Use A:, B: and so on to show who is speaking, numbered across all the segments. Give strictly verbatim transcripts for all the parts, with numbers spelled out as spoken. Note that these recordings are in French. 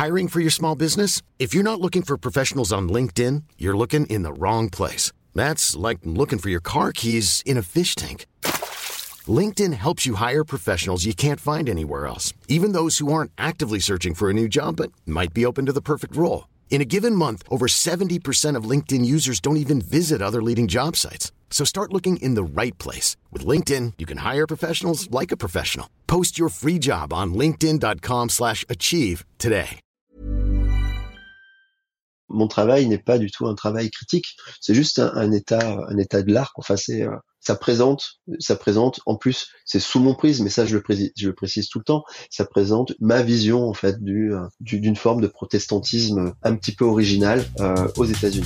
A: Hiring for your small business? If you're not looking for professionals on LinkedIn, you're looking in the wrong place. That's like looking for your car keys in a fish tank. LinkedIn helps you hire professionals you can't find anywhere else, even those who aren't actively searching for a new job but might be open to the perfect role. In a given month, over seventy percent of LinkedIn users don't even visit other leading job sites. So start looking in the right place. With LinkedIn, you can hire professionals like a professional. Post your free job on linkedin.com slash achieve today.
B: Mon travail n'est pas du tout un travail critique. C'est juste un, un état, un état de l'art. Enfin, c'est, euh, ça présente, ça présente. En plus, c'est sous mon prisme, mais ça, je le précise, je le précise tout le temps. Ça présente ma vision, en fait, du, du d'une forme de protestantisme un petit peu original euh, aux États-Unis.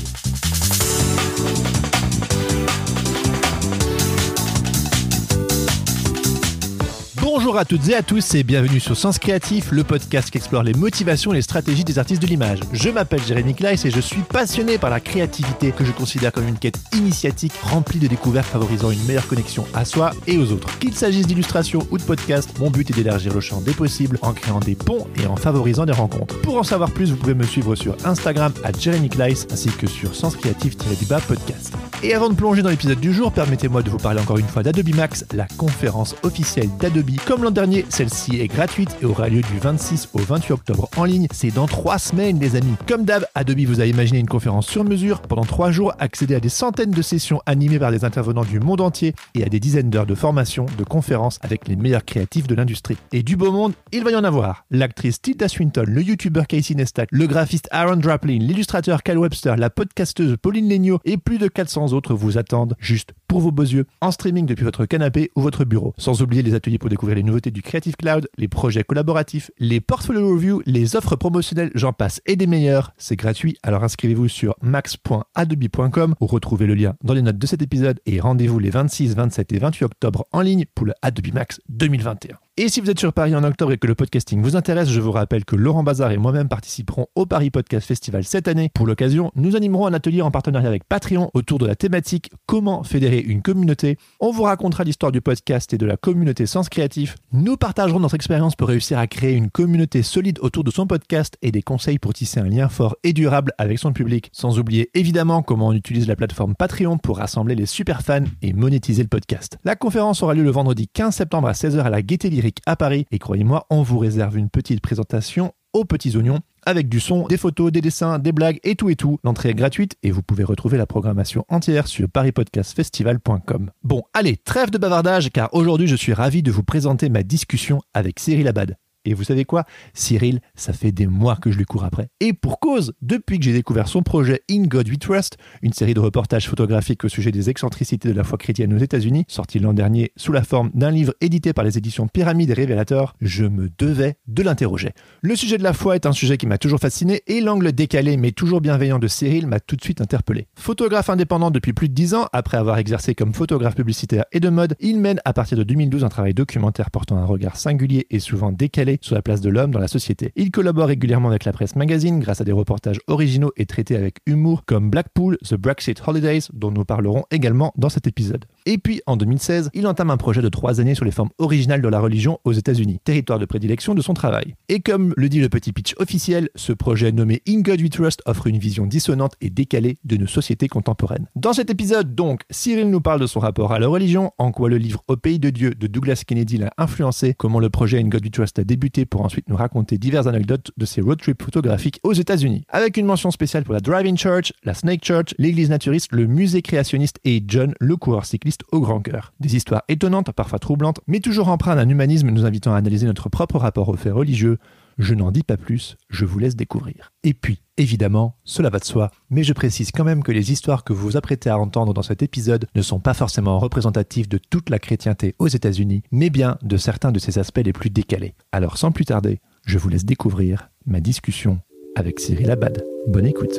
C: Bonjour à toutes et à tous et bienvenue sur Sens Créatif, le podcast qui explore les motivations et les stratégies des artistes de l'image. Je m'appelle Jérémy Kleiss et je suis passionné par la créativité que je considère comme une quête initiatique remplie de découvertes favorisant une meilleure connexion à soi et aux autres. Qu'il s'agisse d'illustration ou de podcast, mon but est d'élargir le champ des possibles en créant des ponts et en favorisant des rencontres. Pour en savoir plus, vous pouvez me suivre sur Instagram à Jérémy Kleiss ainsi que sur Sens Créatif-du-bas podcast. Et avant de plonger dans l'épisode du jour, permettez-moi de vous parler encore une fois d'Adobe Max, la conférence officielle d'Adobe. Comme l'an dernier, celle-ci est gratuite et aura lieu du vingt-six au vingt-huit octobre en ligne. C'est dans trois semaines, les amis. Comme d'hab, Adobe vous a imaginé une conférence sur mesure. Pendant trois jours, accédez à des centaines de sessions animées par des intervenants du monde entier et à des dizaines d'heures de formation, de conférences avec les meilleurs créatifs de l'industrie. Et du beau monde, il va y en avoir. L'actrice Tilda Swinton, le youtubeur Casey Neistat, le graphiste Aaron Draplin, l'illustrateur Cal Webster, la podcasteuse Pauline Legnaud et plus de quatre cents autres vous attendent juste pour vos beaux yeux, en streaming depuis votre canapé ou votre bureau. Sans oublier les ateliers pour découvrir les nouveautés du Creative Cloud, les projets collaboratifs, les portfolio reviews, les offres promotionnelles, j'en passe et des meilleurs. C'est gratuit, alors inscrivez-vous sur max point adobe point com ou retrouvez le lien dans les notes de cet épisode et rendez-vous les vingt-six, vingt-sept et vingt-huit octobre en ligne pour le Adobe Max deux mille vingt et un. Et si vous êtes sur Paris en octobre et que le podcasting vous intéresse, je vous rappelle que Laurent Bazar et moi-même participerons au Paris Podcast Festival cette année. Pour l'occasion, nous animerons un atelier en partenariat avec Patreon autour de la thématique « Comment fédérer une communauté ?» On vous racontera l'histoire du podcast et de la communauté Sens Créatif. Nous partagerons notre expérience pour réussir à créer une communauté solide autour de son podcast et des conseils pour tisser un lien fort et durable avec son public. Sans oublier évidemment comment on utilise la plateforme Patreon pour rassembler les super fans et monétiser le podcast. La conférence aura lieu le vendredi quinze septembre à seize heures à la Gaîté Lyrique à Paris et croyez-moi, on vous réserve une petite présentation aux petits oignons avec du son, des photos, des dessins, des blagues et tout et tout. L'entrée est gratuite et vous pouvez retrouver la programmation entière sur paris podcast festival point com. Bon, allez, trêve de bavardage car aujourd'hui je suis ravi de vous présenter ma discussion avec Cyril Abad. Et vous savez quoi ? Cyril, ça fait des mois que je lui cours après. Et pour cause, depuis que j'ai découvert son projet In God We Trust, une série de reportages photographiques au sujet des excentricités de la foi chrétienne aux États-Unis, sorti l'an dernier sous la forme d'un livre édité par les éditions Pyramide et Révélateur, je me devais de l'interroger. Le sujet de la foi est un sujet qui m'a toujours fasciné et l'angle décalé mais toujours bienveillant de Cyril m'a tout de suite interpellé. Photographe indépendant depuis plus de dix ans, après avoir exercé comme photographe publicitaire et de mode, il mène à partir de deux mille douze un travail documentaire portant un regard singulier et souvent décalé sur la place de l'homme dans la société. Il collabore régulièrement avec la presse magazine grâce à des reportages originaux et traités avec humour comme Blackpool, The Brexit Holidays, dont nous parlerons également dans cet épisode. Et puis, en deux mille seize, il entame un projet de trois années sur les formes originales de la religion aux États-Unis, territoire de prédilection de son travail. Et comme le dit le petit pitch officiel, ce projet nommé In God We Trust offre une vision dissonante et décalée de nos sociétés contemporaines. Dans cet épisode, donc, Cyril nous parle de son rapport à la religion, en quoi le livre Au pays de Dieu de Douglas Kennedy l'a influencé, comment le projet In God We Trust a débuté pour ensuite nous raconter diverses anecdotes de ses road trips photographiques aux États-Unis. Avec une mention spéciale pour la Drive-In Church, la Snake Church, l'église naturiste, le musée créationniste et John, le coureur cycliste au grand cœur. Des histoires étonnantes, parfois troublantes, mais toujours empreintes d'un humanisme nous invitant à analyser notre propre rapport aux faits religieux. Je n'en dis pas plus, je vous laisse découvrir. Et puis, évidemment, cela va de soi, mais je précise quand même que les histoires que vous vous apprêtez à entendre dans cet épisode ne sont pas forcément représentatives de toute la chrétienté aux États-Unis, mais bien de certains de ses aspects les plus décalés. Alors sans plus tarder, je vous laisse découvrir ma discussion avec Cyril Abad. Bonne écoute.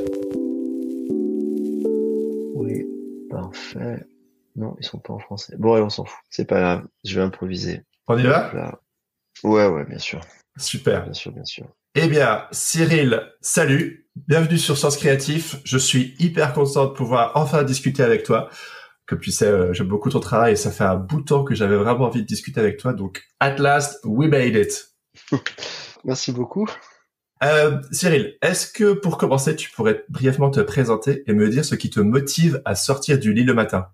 B: Oui, parfait. Non, ils sont pas en français. Bon, allez, on s'en fout. C'est pas grave, je vais improviser.
C: On y va ?
B: Là. Ouais, ouais, bien sûr.
C: Super.
B: Bien sûr, bien sûr.
C: Eh bien, Cyril, salut. Bienvenue sur Sens Créatif. Je suis hyper content de pouvoir enfin discuter avec toi. Comme tu sais, euh, j'aime beaucoup ton travail et ça fait un bout de temps que j'avais vraiment envie de discuter avec toi. Donc, at last, we made it.
B: Merci beaucoup.
D: Euh, Cyril, est-ce que pour commencer, tu pourrais brièvement te présenter et me dire ce qui te motive à sortir du lit le matin?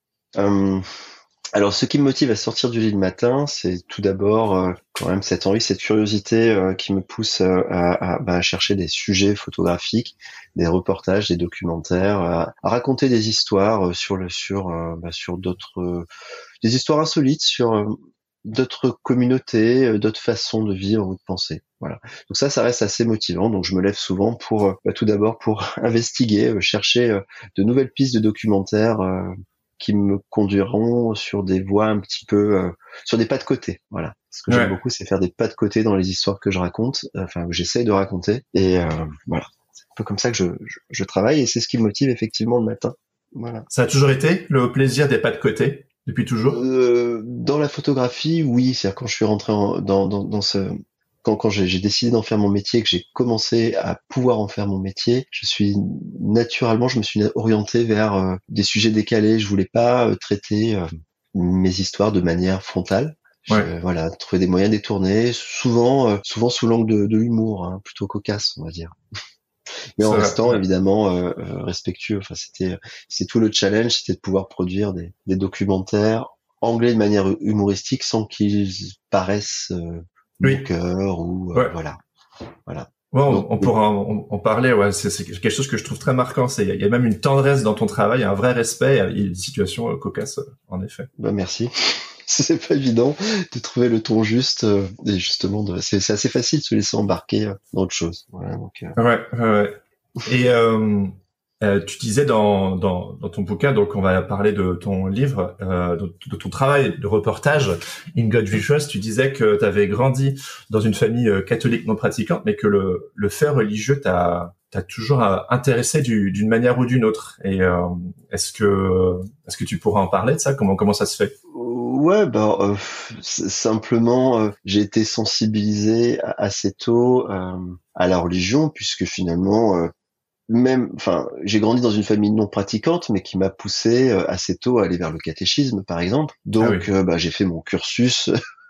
B: Euh, alors, ce qui me motive à sortir du lit le matin, c'est tout d'abord euh, quand même cette envie, cette curiosité euh, qui me pousse euh, à, à, bah, à chercher des sujets photographiques, des reportages, des documentaires, à, à raconter des histoires euh, sur le sur euh, bah, sur d'autres euh, des histoires insolites sur euh, d'autres communautés, euh, d'autres façons de vivre ou de penser. Voilà. Donc ça, ça reste assez motivant. Donc je me lève souvent pour euh, bah, tout d'abord pour investiguer, euh, chercher euh, de nouvelles pistes de documentaires. Euh, qui me conduiront sur des voies un petit peu, euh, sur des pas de côté. Voilà. Ce que
D: Ouais.
B: j'aime beaucoup, c'est faire des pas de côté dans les histoires que je raconte, enfin que j'essaye de raconter. Et euh, voilà, c'est un peu comme ça que je, je, je travaille, et c'est ce qui me motive effectivement le matin. Voilà.
D: Ça a toujours été le plaisir des pas de côté, depuis toujours?
B: Euh, dans la photographie, oui. C'est-à-dire quand je suis rentré en, dans, dans, dans ce Quand, quand j'ai, j'ai décidé d'en faire mon métier, que j'ai commencé à pouvoir en faire mon métier, je suis naturellement, je me suis orienté vers euh, des sujets décalés. Je voulais pas euh, traiter euh, mes histoires de manière frontale.
D: Ouais.
B: Je, voilà, trouver des moyens détournés, souvent, euh, souvent sous l'angle de, de l'humour, hein, plutôt cocasse, on va dire. Mais en
D: Ça va,
B: restant
D: ouais.
B: évidemment euh, euh, respectueux. Enfin, c'était, c'est tout le challenge, c'était de pouvoir produire des, des documentaires anglais de manière humoristique sans qu'ils paraissent euh,
D: Oui.
B: moqueur ou euh,
D: Ouais.
B: voilà, voilà.
D: Ouais, on,
B: Donc,
D: on pourra en, en parler. Ouais, c'est, c'est quelque chose que je trouve très marquant. C'est il y a même une tendresse dans ton travail, un vrai respect. Il y a une situation euh, cocasse, euh, en effet.
B: bah merci. C'est pas évident de trouver le ton juste euh, et justement de, c'est, c'est assez facile de se laisser embarquer euh, dans autre chose. Voilà, donc, euh...
D: Ouais, ouais, ouais. Et euh, euh, tu disais dans, dans dans ton bouquin, donc on va parler de ton livre, euh, de, de ton travail de reportage, In God We Trust. Tu disais que tu avais grandi dans une famille euh, catholique non pratiquante, mais que le le fait religieux t'a t'a toujours euh, intéressé du, d'une manière ou d'une autre. Et euh, est-ce que est-ce que tu pourras en parler de ça? Comment comment ça se fait?
B: Ouais, bah euh, simplement, euh, j'ai été sensibilisé assez tôt euh, à la religion, puisque finalement. Euh, Même, enfin, j'ai grandi dans une famille non pratiquante, mais qui m'a poussé euh, assez tôt à aller vers le catéchisme, par exemple. Donc, ah oui. euh, bah, j'ai fait mon cursus,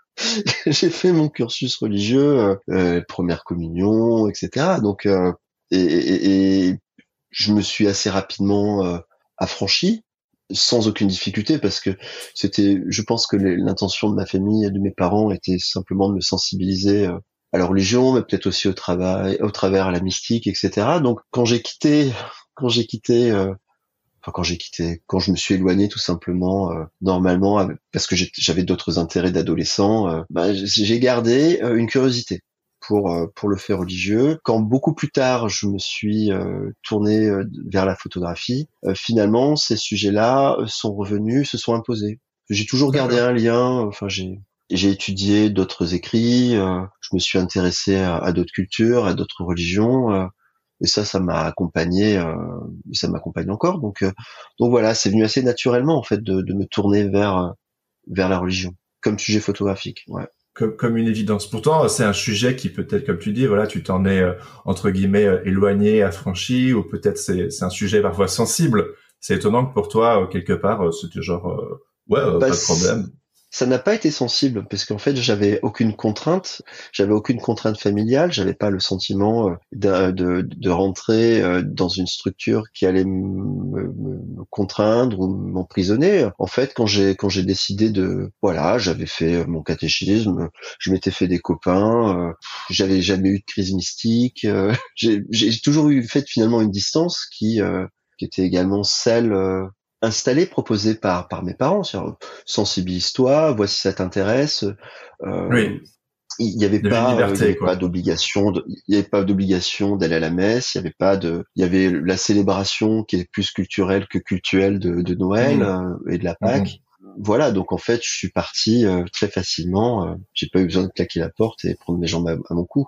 B: j'ai fait mon cursus religieux, euh, euh, première communion, et cetera. Donc, euh, et, et, et je me suis assez rapidement euh, affranchi, sans aucune difficulté, parce que c'était, je pense que les, l'intention de ma famille et de mes parents était simplement de me sensibiliser. Euh, à la religion, mais peut-être aussi au travail, au travers à la mystique, et cetera. Donc, quand j'ai quitté, quand j'ai quitté, euh, enfin quand j'ai quitté, quand je me suis éloigné tout simplement, euh, normalement, parce que j'avais d'autres intérêts d'adolescent, euh, bah, j'ai gardé euh, une curiosité pour euh, pour le fait religieux. Quand beaucoup plus tard, je me suis euh, tourné euh, vers la photographie, euh, finalement, ces sujets-là sont revenus, se sont imposés. J'ai toujours gardé un lien. Enfin, j'ai J'ai étudié d'autres écrits, euh, je me suis intéressé à, à d'autres cultures, à d'autres religions, euh, et ça, ça m'a accompagné, euh, et ça m'accompagne encore. Donc, euh, donc voilà, c'est venu assez naturellement en fait de, de me tourner vers vers la religion comme sujet photographique. Ouais.
D: Comme, comme une évidence. Pourtant, c'est un sujet qui peut-être, comme tu dis, voilà, tu t'en es euh, entre guillemets euh, éloigné, affranchi, ou peut-être c'est c'est un sujet parfois sensible. C'est étonnant que pour toi, euh, quelque part, euh, c'était genre euh, ouais, euh,
B: bah,
D: pas de problème.
B: Ça n'a pas été sensible parce qu'en fait j'avais aucune contrainte, j'avais aucune contrainte familiale, j'avais pas le sentiment de, de, de rentrer dans une structure qui allait me, me contraindre ou m'emprisonner. En fait, quand j'ai quand j'ai décidé de voilà, j'avais fait mon catéchisme, je m'étais fait des copains, euh, j'avais jamais eu de crise mystique, euh, j'ai, j'ai toujours eu fait finalement une distance qui euh, qui était également celle euh, installé, proposé par par mes parents, c'est-à-dire sensibilise-toi, vois si ça t'intéresse. Euh,
D: oui.
B: Il y avait
D: de
B: pas,
D: liberté,
B: il y avait
D: quoi.
B: pas d'obligation, de, il y avait pas d'obligation d'aller à la messe. Il y avait pas de, il y avait la célébration qui est plus culturelle que cultuelle de, de Noël mmh. euh, et de la Pâques. Mmh. Voilà, donc en fait, je suis parti euh, très facilement. Euh, j'ai pas eu besoin de claquer la porte et prendre mes jambes à, à mon cou.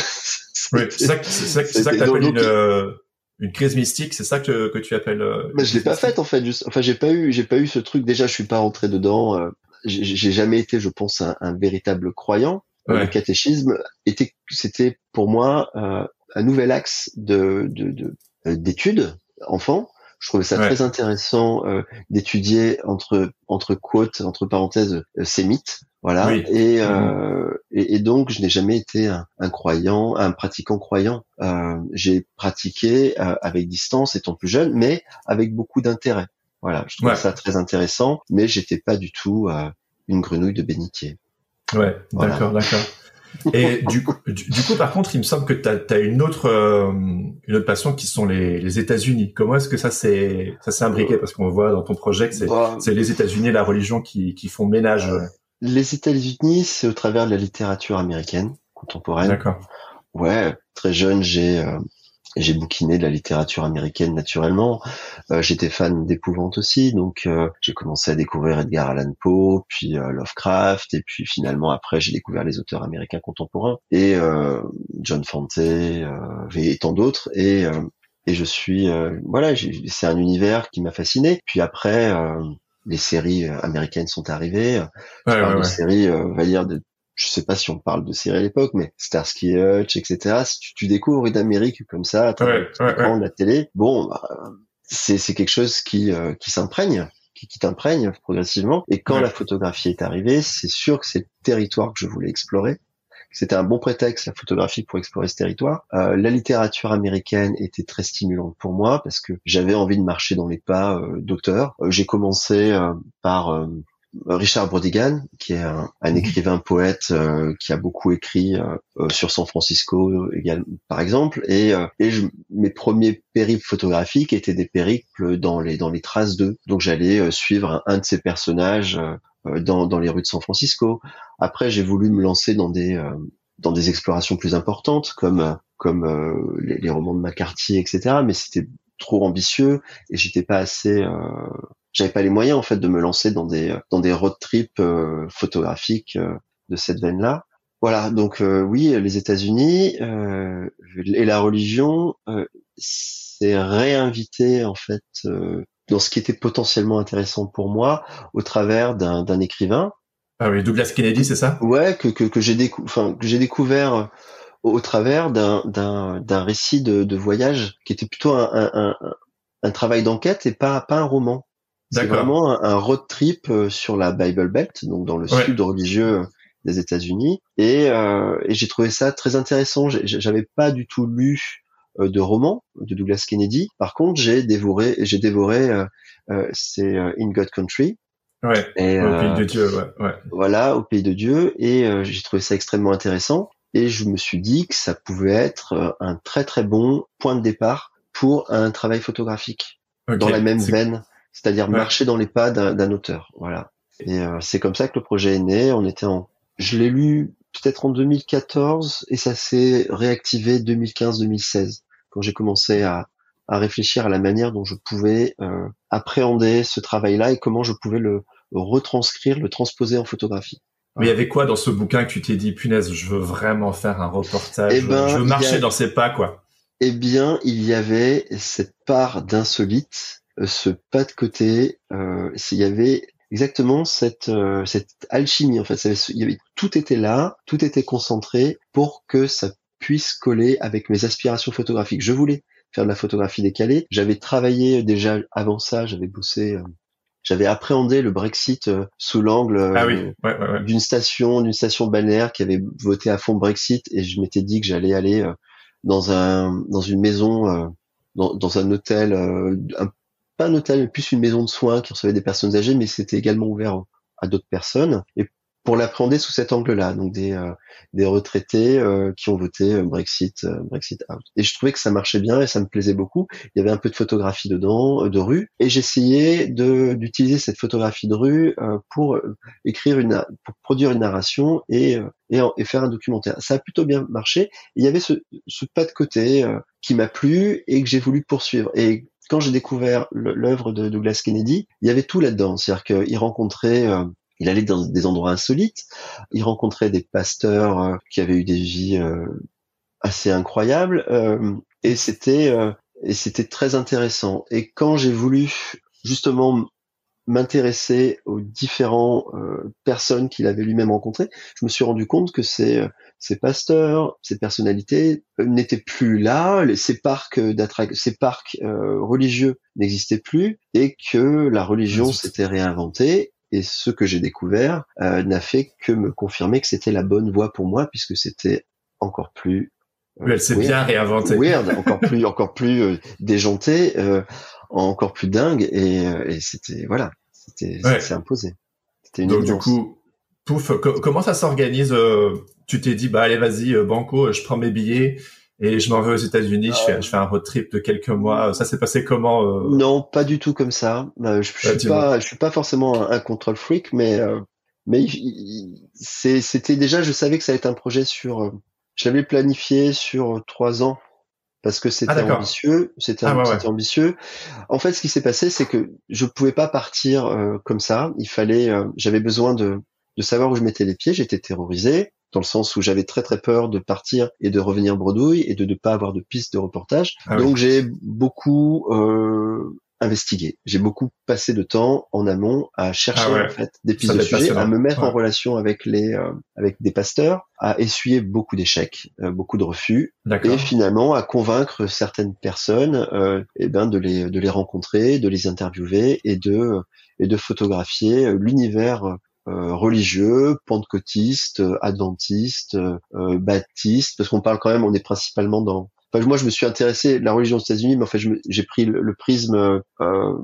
D: Oui, c'est ça, que, c'est ça, c'est ça que t'appelles une. Euh... Une crise mystique, c'est ça que que tu appelles. Euh,
B: bah, je l'ai pas faite en fait. Juste, enfin, j'ai pas eu, j'ai pas eu ce truc. Déjà, je suis pas rentré dedans. Euh, j'ai, j'ai jamais été, je pense, un, un véritable croyant. Ouais. Le catéchisme était, c'était pour moi euh, un nouvel axe de, de, de euh, d'études enfant. Je trouvais ça ouais. très intéressant euh, d'étudier entre entre quotes, entre parenthèses, euh, ces mythes. Voilà.
D: Oui.
B: Et, euh, et, et donc, je n'ai jamais été un, un croyant, un pratiquant croyant. Euh, j'ai pratiqué euh, avec distance étant plus jeune, mais avec beaucoup d'intérêt. Voilà, je trouvais
D: Ouais.
B: ça très intéressant, mais j'étais pas du tout euh, une grenouille de bénitier.
D: Ouais,
B: Voilà.
D: d'accord, d'accord. Et du coup, du, du coup, par contre, il me semble que tu as une autre euh, une autre passion qui sont les, les États-Unis. Comment est-ce que ça s'est ça s'est imbriqué? Parce qu'on voit dans ton projet que c'est
B: Bah,
D: c'est les États-Unis et la religion qui qui font ménage.
B: Les États-Unis, c'est au travers de la littérature américaine contemporaine.
D: D'accord.
B: Ouais, très jeune, j'ai euh, j'ai bouquiné de la littérature américaine naturellement. Euh, j'étais fan d'épouvante aussi, donc euh, j'ai commencé à découvrir Edgar Allan Poe, puis euh, Lovecraft, et puis finalement après j'ai découvert les auteurs américains contemporains et euh, John Fante euh, et tant d'autres. Et euh, et je suis euh, voilà, j'ai, c'est un univers qui m'a fasciné. Puis après. Euh, les séries américaines sont arrivées. Je
D: Ouais,
B: parle
D: ouais,
B: de
D: ouais.
B: séries, euh, on va dire, de, je sais pas si on parle de séries à l'époque, mais Starsky Hutch, et cetera. Si tu, tu découvres une Amérique comme ça, à travers
D: Ouais,
B: le petit
D: ouais,
B: écran
D: ouais.
B: de la télé, bon, bah, c'est, c'est quelque chose qui, euh, qui s'imprègne, qui, qui t'imprègne progressivement. Et quand
D: Ouais.
B: la photographie est arrivée, c'est sûr que c'est le territoire que je voulais explorer. C'était un bon prétexte, la photographie, pour explorer ce territoire. Euh, la littérature américaine était très stimulante pour moi parce que j'avais envie de marcher dans les pas euh, d'auteurs. Euh, j'ai commencé euh, par euh, Richard Brautigan, qui est un, un écrivain poète euh, qui a beaucoup écrit euh, euh, sur San Francisco, également, par exemple. Et, euh, et je, mes premiers périples photographiques étaient des périples dans les dans les traces d'eux. Donc j'allais euh, suivre un, un de ces personnages euh, dans dans les rues de San Francisco. Après, j'ai voulu me lancer dans des euh, dans des explorations plus importantes, comme euh, comme euh, les, les romans de McCarthy, et cetera. Mais c'était trop ambitieux et j'étais pas assez, euh, j'avais pas les moyens en fait de me lancer dans des dans des road trips euh, photographiques euh, de cette veine-là. Voilà, donc euh, oui, les États-Unis euh, et la religion, euh, c'est réinvité en fait euh, dans ce qui était potentiellement intéressant pour moi au travers d'un d'un écrivain.
D: Ah oui, Douglas Kennedy, c'est ça?
B: Ouais, que que que j'ai décou- enfin que j'ai découvert euh, au, au travers d'un d'un d'un récit de, de voyage qui était plutôt un un, un, un travail d'enquête et pas pas un roman. C'est
D: D'accord.
B: vraiment un, un road trip euh, sur la Bible Belt, donc dans le
D: Ouais.
B: sud religieux des États-Unis, et et, et j'ai trouvé ça très intéressant. J'ai- J'avais pas du tout lu euh, de roman de Douglas Kennedy. Par contre, j'ai dévoré j'ai dévoré euh, euh, c'est euh, In God Country.
D: Ouais.
B: Et
D: Au pays
B: euh,
D: de Dieu, ouais, ouais.
B: voilà, au pays de Dieu, et euh, j'ai trouvé ça extrêmement intéressant, et je me suis dit que ça pouvait être euh, un très très bon point de départ pour un travail photographique
D: Ok.
B: dans la même
D: C'est-
B: veine, c'est-à-dire
D: Ouais.
B: marcher dans les pas d'un, d'un auteur, voilà. Et euh, c'est comme ça que le projet est né. On était en, je l'ai lu peut-être en deux mille quatorze et ça s'est réactivé deux mille quinze deux mille seize quand j'ai commencé à à réfléchir à la manière dont je pouvais euh, appréhender ce travail-là et comment je pouvais le retranscrire, le transposer en photographie.
D: Mais il y
B: Voilà.
D: avait quoi dans ce bouquin que tu t'es dit, punaise, je veux vraiment faire un reportage,
B: Eh ben,
D: je veux
B: il y
D: marcher
B: a-
D: dans ses pas, quoi.
B: Eh bien, il y avait cette part d'insolite, euh, ce pas de côté. Euh, c'est- il y avait exactement cette euh, cette alchimie. En fait, Ça avait ce- il y avait, tout était là, tout était concentré pour que ça puisse coller avec mes aspirations photographiques. Je voulais faire de la photographie décalée. J'avais travaillé déjà avant ça. J'avais bossé. euh, J'avais appréhendé le Brexit euh, sous l'angle
D: Ah oui,
B: euh,
D: ouais, ouais, ouais.
B: d'une station, d'une station balnéaire qui avait voté à fond Brexit, et je m'étais dit que j'allais aller euh, dans un dans une maison, euh, dans, dans un hôtel, euh, un, pas un hôtel, mais plus une maison de soins qui recevait des personnes âgées, mais c'était également ouvert à d'autres personnes. Et pour l'appréhender sous cet angle-là, donc des euh, des retraités euh, qui ont voté euh, Brexit, euh, Brexit out. Et je trouvais que ça marchait bien et ça me plaisait beaucoup. Il y avait un peu de photographie dedans, euh, de rue, et j'essayais de d'utiliser cette photographie de rue euh, pour euh, écrire une, pour produire une narration et euh, et, en- et faire un documentaire. Ça a plutôt bien marché. Il y avait ce, ce pas de côté euh, qui m'a plu et que j'ai voulu poursuivre. Et quand j'ai découvert le- l'œuvre de Douglas Kennedy, il y avait tout là-dedans. C'est-à-dire qu'il rencontrait euh, il allait dans des endroits insolites, il rencontrait des pasteurs euh, qui avaient eu des vies euh, assez incroyables, euh, et c'était euh, et c'était très intéressant. Et quand j'ai voulu justement m'intéresser aux différentes euh, personnes qu'il avait lui-même rencontrées, je me suis rendu compte que ces, euh, ces pasteurs, ces personnalités euh, n'étaient plus là, les, ces parcs d'attrac- ces parcs euh, religieux n'existaient plus, et que la religion
D: Ah, zut.
B: s'était réinventée. et ce que j'ai découvert euh, n'a fait que me confirmer que c'était la bonne voie pour moi, puisque c'était encore plus
D: euh, oui, elle s'est bien réinventée,
B: weird, encore plus encore plus euh, déjanté, euh, encore plus dingue, et, euh, et c'était voilà, c'était ouais. c'est imposé. C'était une
D: Donc
B: évidence.
D: Du coup, pouf, co- comment ça s'organise euh, Tu t'es dit bah allez vas-y euh, banco, je prends mes billets et je m'en vais aux États-Unis, euh, je fais je fais un road trip de quelques mois. Ça s'est passé comment euh...
B: Non, pas du tout comme ça. Euh, je, je
D: ouais,
B: suis pas, je suis pas forcément un, un control freak, mais euh, mais c'est, c'était déjà, je savais que ça allait être un projet sur, euh, je l'avais planifié sur trois ans parce que c'était
D: ah,
B: ambitieux, c'était,
D: ah, ouais,
B: c'était
D: ouais.
B: ambitieux. En fait, ce qui s'est passé, c'est que je pouvais pas partir euh, comme ça. Il fallait, euh, j'avais besoin de de savoir où je mettais les pieds. J'étais terrorisé, dans le sens où j'avais très très peur de partir et de revenir bredouille et de ne pas avoir de piste de reportage. Ah, Donc oui. j'ai beaucoup euh, investigué. J'ai beaucoup passé de temps en amont à chercher ah, ouais. en fait des pistes de sujets, à me mettre ouais. en relation avec les euh, avec des pasteurs, à essuyer beaucoup d'échecs, euh, beaucoup de refus, et finalement à convaincre certaines personnes, euh, et ben de les de les rencontrer, de les interviewer et de et de photographier l'univers Euh, religieux, pentecôtiste, euh, adventiste, euh, baptiste, parce qu'on parle quand même, on est principalement dans... Enfin, moi, je me suis intéressé à la religion aux États-Unis, mais en fait, je me, j'ai pris le, le prisme... Euh,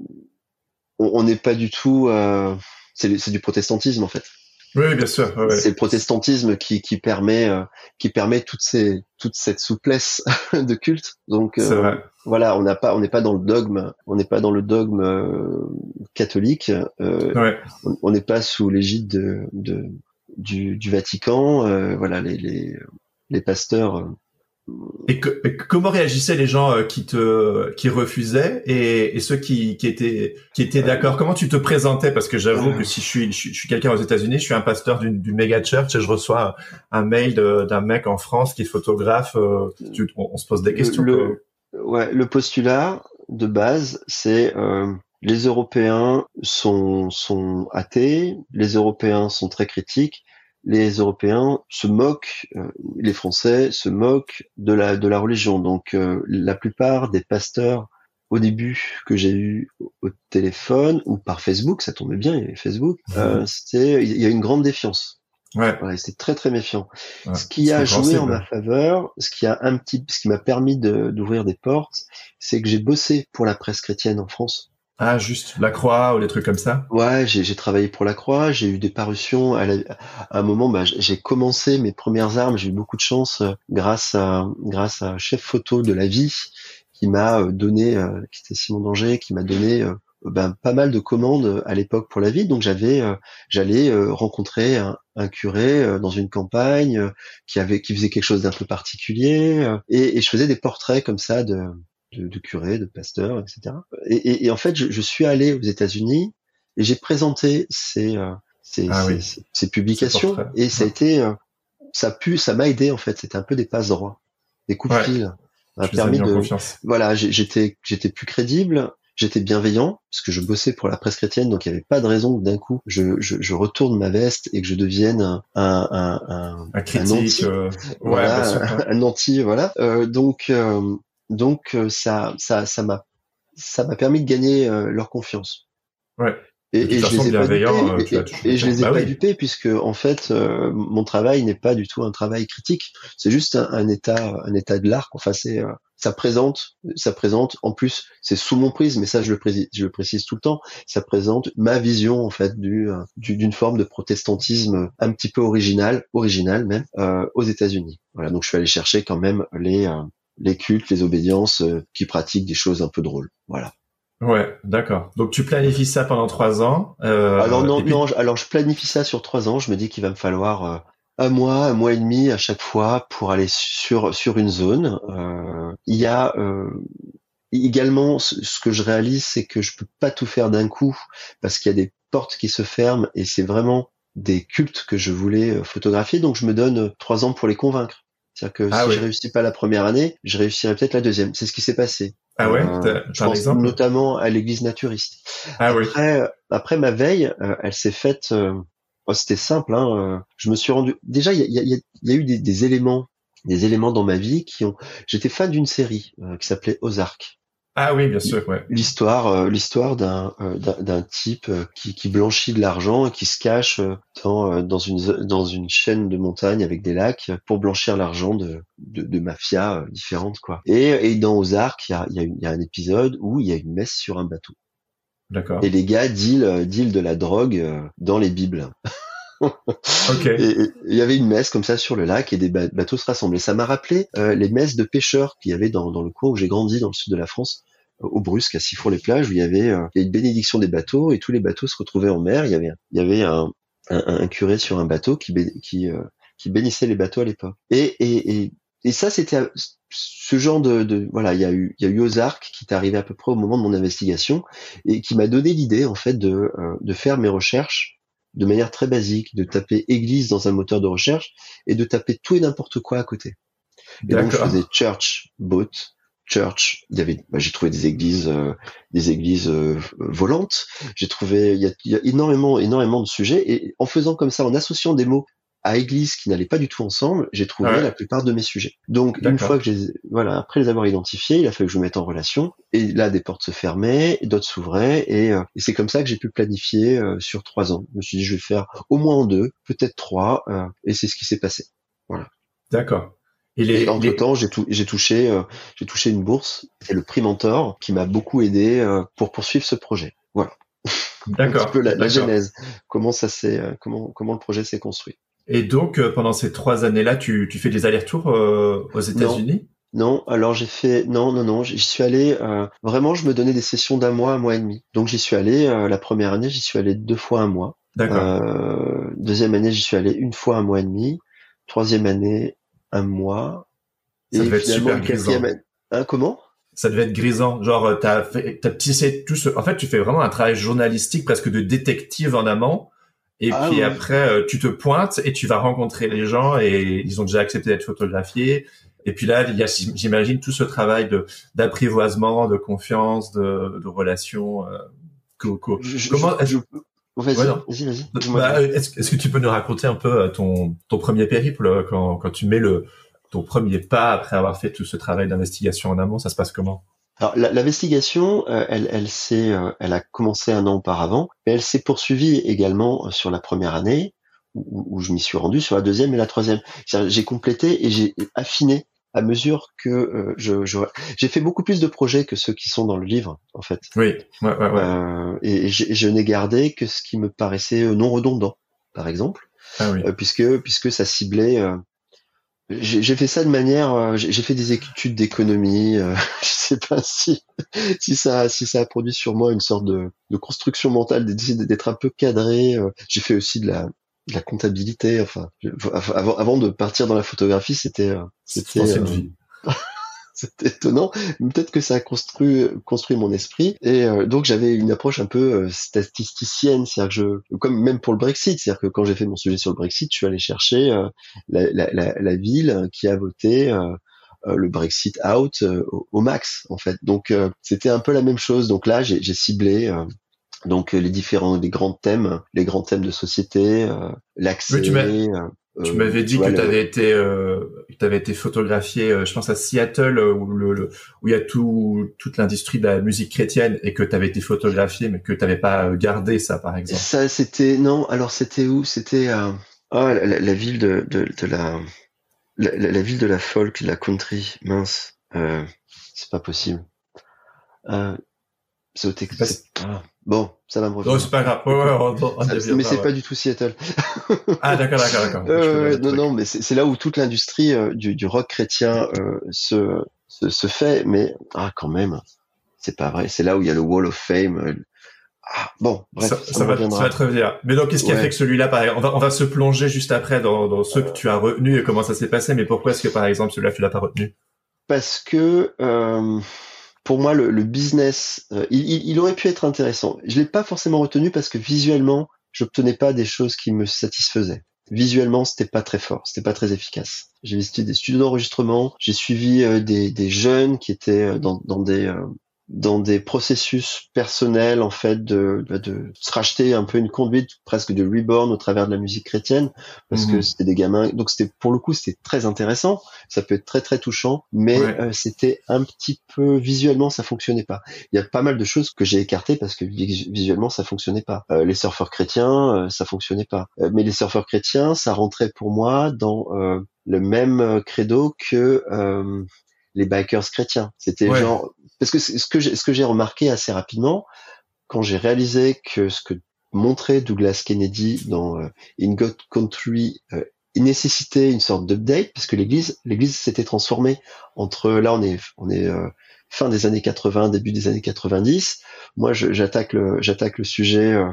B: on n'est pas du tout... Euh, c'est, c'est du protestantisme, en fait.
D: Oui, bien sûr. Ouais,
B: c'est le protestantisme qui, qui permet, euh, qui permet toute ces, toute cette souplesse de culte. Donc,
D: c'est
B: euh,
D: vrai.
B: Voilà, on n'a pas, on n'est pas dans le dogme, on n'est pas dans le dogme euh, catholique. Euh,
D: ouais.
B: On n'est pas sous l'égide de, de du, du Vatican. Euh, voilà, les, les, les pasteurs. Euh,
D: Et, que, et comment réagissaient les gens euh, qui te qui refusaient et, et ceux qui qui étaient qui étaient d'accord? Comment tu te présentais? Parce que j'avoue euh, que si je suis je suis, je suis quelqu'un aux États-Unis, je suis un pasteur d'une d'une méga church et je reçois un mail de, d'un mec en France qui est photographe. Euh, tu, on, on se pose des questions.
B: Le, le, ouais, le postulat de base, c'est euh, les Européens sont sont athées, les Européens sont très critiques. Les Européens se moquent, euh, les Français se moquent de la de la religion. Donc euh, la plupart des pasteurs au début que j'ai eu au téléphone ou par Facebook, ça tombait bien, il y avait Facebook, mmh. euh, c'était il y a une grande défiance.
D: Ouais.
B: Voilà, c'était très très méfiant.
D: Ouais,
B: ce qui a joué en ma faveur, ce qui a un petit, ce qui m'a permis de d'ouvrir des portes, c'est que j'ai bossé pour la presse chrétienne en France.
D: Ah, juste La Croix ou des trucs comme ça.
B: Ouais, j'ai, j'ai travaillé pour La Croix, j'ai eu des parutions. À, la, à un moment, bah, j'ai commencé mes premières armes. J'ai eu beaucoup de chance euh, grâce à grâce à un chef photo de La Vie qui m'a donné, euh, qui était Simon Danger, qui m'a donné euh, ben, pas mal de commandes à l'époque pour La Vie. Donc j'avais, euh, j'allais euh, rencontrer un, un curé euh, dans une campagne euh, qui avait, qui faisait quelque chose d'un peu particulier, euh, et, et je faisais des portraits comme ça de De, de curés, de pasteurs, et cetera. Et, et, et en fait, je, je suis allé aux États-Unis et j'ai présenté ces euh, ces, ah ces, oui. ces, ces publications et ça a ouais. été, euh, ça a pu, ça m'a aidé en fait. C'était un peu des passe droits, des coups
D: ouais.
B: de fil. Ça m'a permis de, voilà, j'étais j'étais plus crédible, j'étais bienveillant parce que je bossais pour la presse chrétienne, donc il y avait pas de raison que d'un coup je, je, je retourne ma veste et que je devienne un un un, un,
D: un critique,
B: un anti,
D: euh...
B: voilà,
D: ouais, sûr, ouais.
B: un anti, voilà. Euh, donc euh, Donc ça, ça, ça m'a, ça m'a permis de gagner euh, leur confiance.
D: Ouais.
B: Et, et je les ai pas dupés.
D: Euh,
B: et, et je les ai bah pas oui. dupés puisque en fait, euh, mon travail n'est pas du tout un travail critique. C'est juste un, un état, un état de l'art. Enfin, c'est, euh, ça présente, ça présente. En plus, c'est sous mon prisme, mais ça, je le précise, je le précise tout le temps. Ça présente ma vision en fait du, du d'une forme de protestantisme un petit peu original, original même, euh, aux États-Unis. Voilà. Donc, je suis allé chercher quand même les euh, les cultes, les obédiences euh, qui pratiquent des choses un peu drôles. Voilà.
D: Ouais, d'accord. Donc tu planifies ça pendant trois ans. Euh,
B: alors non,
D: puis...
B: non. Alors je planifie ça sur trois ans. Je me dis qu'il va me falloir euh, un mois, un mois et demi à chaque fois pour aller sur sur une zone. Euh, il y a euh, également ce, ce que je réalise, c'est que je peux pas tout faire d'un coup parce qu'il y a des portes qui se ferment et c'est vraiment des cultes que je voulais photographier. Donc je me donne trois ans pour les convaincre. C'est-à-dire que ah si oui. je réussis pas la première année, je réussirai peut-être la deuxième. C'est ce qui s'est passé.
D: Ah ouais, euh,
B: je pense exemple notamment à l'église naturiste.
D: Ah
B: après,
D: oui.
B: après ma veille, euh, elle s'est faite. Euh, oh, c'était simple. Hein, euh, je me suis rendu. Déjà, il y a, y, a, y a eu des, des éléments, des éléments dans ma vie qui ont. J'étais fan d'une série euh, qui s'appelait Ozark.
D: Ah oui, bien sûr, ouais.
B: L'histoire, euh, l'histoire d'un, euh, d'un d'un type euh, qui, qui blanchit de l'argent et qui se cache euh, dans euh, dans une zo- dans une chaîne de montagnes avec des lacs pour blanchir l'argent de de, de mafias euh, différentes quoi. Et et dans Ozark, il y a il y a, une- il y a un épisode où il y a une messe sur un bateau
D: D'accord.
B: et les gars deal euh, deal de la drogue euh, dans les bibles.
D: Ok.
B: Et et il y avait une messe comme ça sur le lac et des ba- bateaux se rassemblaient. Ça m'a rappelé euh, les messes de pêcheurs qu'il y avait dans, dans le coin où j'ai grandi, dans le sud de la France, euh, au Brusque, à Sifour-les-Plages, où il y avait euh, il y a une bénédiction des bateaux et tous les bateaux se retrouvaient en mer. Il y avait, il y avait un, un, un curé sur un bateau qui, bé- qui, euh, qui bénissait les bateaux à l'époque. Et, et, et, et ça, c'était euh, ce genre de, de voilà, il y a eu il y a eu Ozark qui est arrivé à peu près au moment de mon investigation et qui m'a donné l'idée en fait de euh, de faire mes recherches de manière très basique, de taper église dans un moteur de recherche et de taper tout et n'importe quoi à côté. Et donc je faisais
D: D'accord.
B: church, boat, church. Il y avait, bah, j'ai trouvé des églises, euh, des églises euh, volantes. J'ai trouvé, il y a, il y a énormément, énormément de sujets. Et en faisant comme ça, en associant des mots à église qui n'allaient pas du tout ensemble, j'ai trouvé la
D: Ouais.
B: plupart de mes sujets. Donc une fois
D: D'accord.
B: que j'ai, voilà, après les avoir identifiés, il a fallu que je me mette en relation. Et là, des portes se fermaient, d'autres s'ouvraient, et, euh, et c'est comme ça que j'ai pu planifier euh, sur trois ans. Je me suis dit, je vais faire au moins en deux, peut-être trois, euh, et c'est ce qui s'est passé. Voilà.
D: D'accord. Et
B: Et
D: les,
B: entre
D: les,
B: temps, j'ai tou- j'ai touché, euh, j'ai touché une bourse, c'est le prix Mentor, qui m'a beaucoup aidé euh, pour poursuivre ce projet. Voilà, un petit peu
D: d'accord,
B: la, la
D: d'accord.
B: genèse, comment ça s'est, euh, comment comment le projet s'est construit.
D: Et donc, euh, pendant ces trois années-là, tu, tu fais des allers-retours euh, aux
B: Non,
D: États-Unis?
B: non. Alors j'ai fait, non, non, non. J'y suis allé. Euh, vraiment, je me donnais des sessions d'un mois, un mois et demi. Donc j'y suis allé euh, la première année, j'y suis allé deux fois un mois.
D: D'accord.
B: Euh, deuxième année, j'y suis allé une fois un mois et demi. Troisième année, un mois.
D: Ça
B: Et
D: devait être
B: finalement,
D: super
B: une quatrième
D: grisant.
B: année. Hein, comment?
D: Ça devait être grisant. Genre, euh, t'as fait, t'as tissé tout ce, en fait, tu fais vraiment un travail journalistique, presque de détective en amont. Et
B: Ah
D: puis
B: oui.
D: après, euh, tu te pointes et tu vas rencontrer les gens et ils ont déjà accepté d'être photographiés. Et puis là, il y a, j'imagine, tout ce travail de, d'apprivoisement, de confiance, de, de relation. Euh, co- co-
B: Je, je, je,
D: comment, est-ce,
B: je-
D: ouais,
B: Vas-y,
D: non.
B: vas-y, vas-y, dis-moi tout.
D: Bah, est-ce, est-ce que tu peux nous raconter un peu euh, ton, ton premier périple euh, quand, quand tu mets le, ton premier pas après avoir fait tout ce travail d'investigation en amont, ça se passe comment?
B: Alors, la- l'investigation, euh, elle, elle s'est, euh, elle a commencé un an auparavant, mais elle s'est poursuivie également euh, sur la première année, où, où je m'y suis rendu, sur la deuxième et la troisième. C'est-à-dire, j'ai complété et j'ai affiné à mesure que euh, je, je- j'ai fait beaucoup plus de projets que ceux qui sont dans le livre, en fait.
D: Oui, ouais, ouais, ouais.
B: Euh, et et je, je n'ai gardé que ce qui me paraissait euh, non redondant, par exemple,
D: Ah oui.
B: euh, puisque puisque ça ciblait. euh, J'ai j'ai fait ça de manière, euh, j'ai j'ai fait des études d'économie. Euh, je sais pas si si ça si ça a produit sur moi une sorte de, de construction mentale, d'essayer d'être un peu cadré. Euh, j'ai fait aussi de la de la comptabilité. Enfin, je- avant avant de partir dans la photographie, c'était euh,
D: C'est tout
B: c'était
D: une
B: euh,
D: vie.
B: c'était étonnant. Mais peut-être que ça a construit construit mon esprit. Et euh, donc j'avais une approche un peu euh, statisticienne, c'est-à-dire que je, comme même pour le Brexit, c'est-à-dire que quand j'ai fait mon sujet sur le Brexit, je suis allé chercher euh, la, la, la, la ville qui a voté euh, euh, le Brexit out euh, au, au max en fait. Donc euh, c'était un peu la même chose. Donc là j'ai j'ai ciblé euh, donc les différents les grands thèmes, les grands thèmes de société, euh,
D: Oui, tu m'as,
B: l'accès, euh,
D: tu
B: euh,
D: m'avais
B: tu
D: dit
B: vois
D: que tu
B: le,
D: avais été, euh, que tu avais été photographié, euh, je pense à Seattle, euh, où le, le- où il y a tout, toute l'industrie de la musique chrétienne et que tu avais été photographié, mais que tu n'avais pas euh, gardé ça, par exemple.
B: ça c'était non alors c'était où c'était euh, ah la, la, la ville de, de, de la, la la la ville de la folk de la country mince euh, c'est pas possible euh, c'est au
D: C'est pas,
B: Texas ah, bon ça va me
D: non,
B: revenir
D: c'est pas grave. Ouais, ouais, on, on y
B: ça, mais
D: reviendra,
B: c'est
D: ouais.
B: pas du tout Seattle.
D: Ah, d'accord, d'accord, d'accord. Je connais
B: Euh,
D: le
B: non non
D: truc.
B: mais c'est c'est là où toute l'industrie euh, du, du rock chrétien euh, se, se se fait mais ah quand même c'est pas vrai c'est là où il y a le Wall of Fame euh, ah bon
D: Ça,
B: bref ça
D: ça
B: me
D: va, ça va
B: reviendra
D: te revenir. Mais donc, qu'est-ce qui a fait
B: ouais
D: que celui-là, par exemple, on va, on va se plonger juste après dans, dans ceux que tu as retenus et comment ça s'est passé, mais pourquoi est-ce que, par exemple, celui-là, tu l'as pas retenu?
B: parce que euh, pour moi le, le business euh, il, il, il aurait pu être intéressant. Je l'ai pas forcément retenu parce que visuellement j'obtenais pas des choses qui me satisfaisaient. Visuellement c'était pas très fort, c'était pas très efficace. J'ai visité des studios d'enregistrement, j'ai suivi euh, des, des jeunes qui étaient euh, dans, dans des euh, dans des processus personnels en fait de, de, de se racheter un peu une conduite presque de reborn au travers de la musique chrétienne, parce mmh. que c'était des gamins. Donc c'était pour le coup c'était très intéressant. Ça peut être très très touchant, mais ouais. euh, c'était un petit peu visuellement ça fonctionnait pas. Il y a pas mal de choses que j'ai écartées parce que visuellement ça fonctionnait pas. Euh, les surfeurs chrétiens, euh, ça fonctionnait pas. Euh, mais les surfeurs chrétiens, ça rentrait pour moi dans euh, le même credo que euh, les bikers chrétiens. C'était ouais. genre parce que ce que j'ai, ce que j'ai remarqué assez rapidement quand j'ai réalisé que ce que montrait Douglas Kennedy dans euh, In God Country euh, nécessitait une sorte d'update parce que l'église l'église s'était transformée entre là on est on est euh, fin des années quatre-vingts, début des années quatre-vingt-dix. Moi, je, j'attaque le, j'attaque le sujet euh,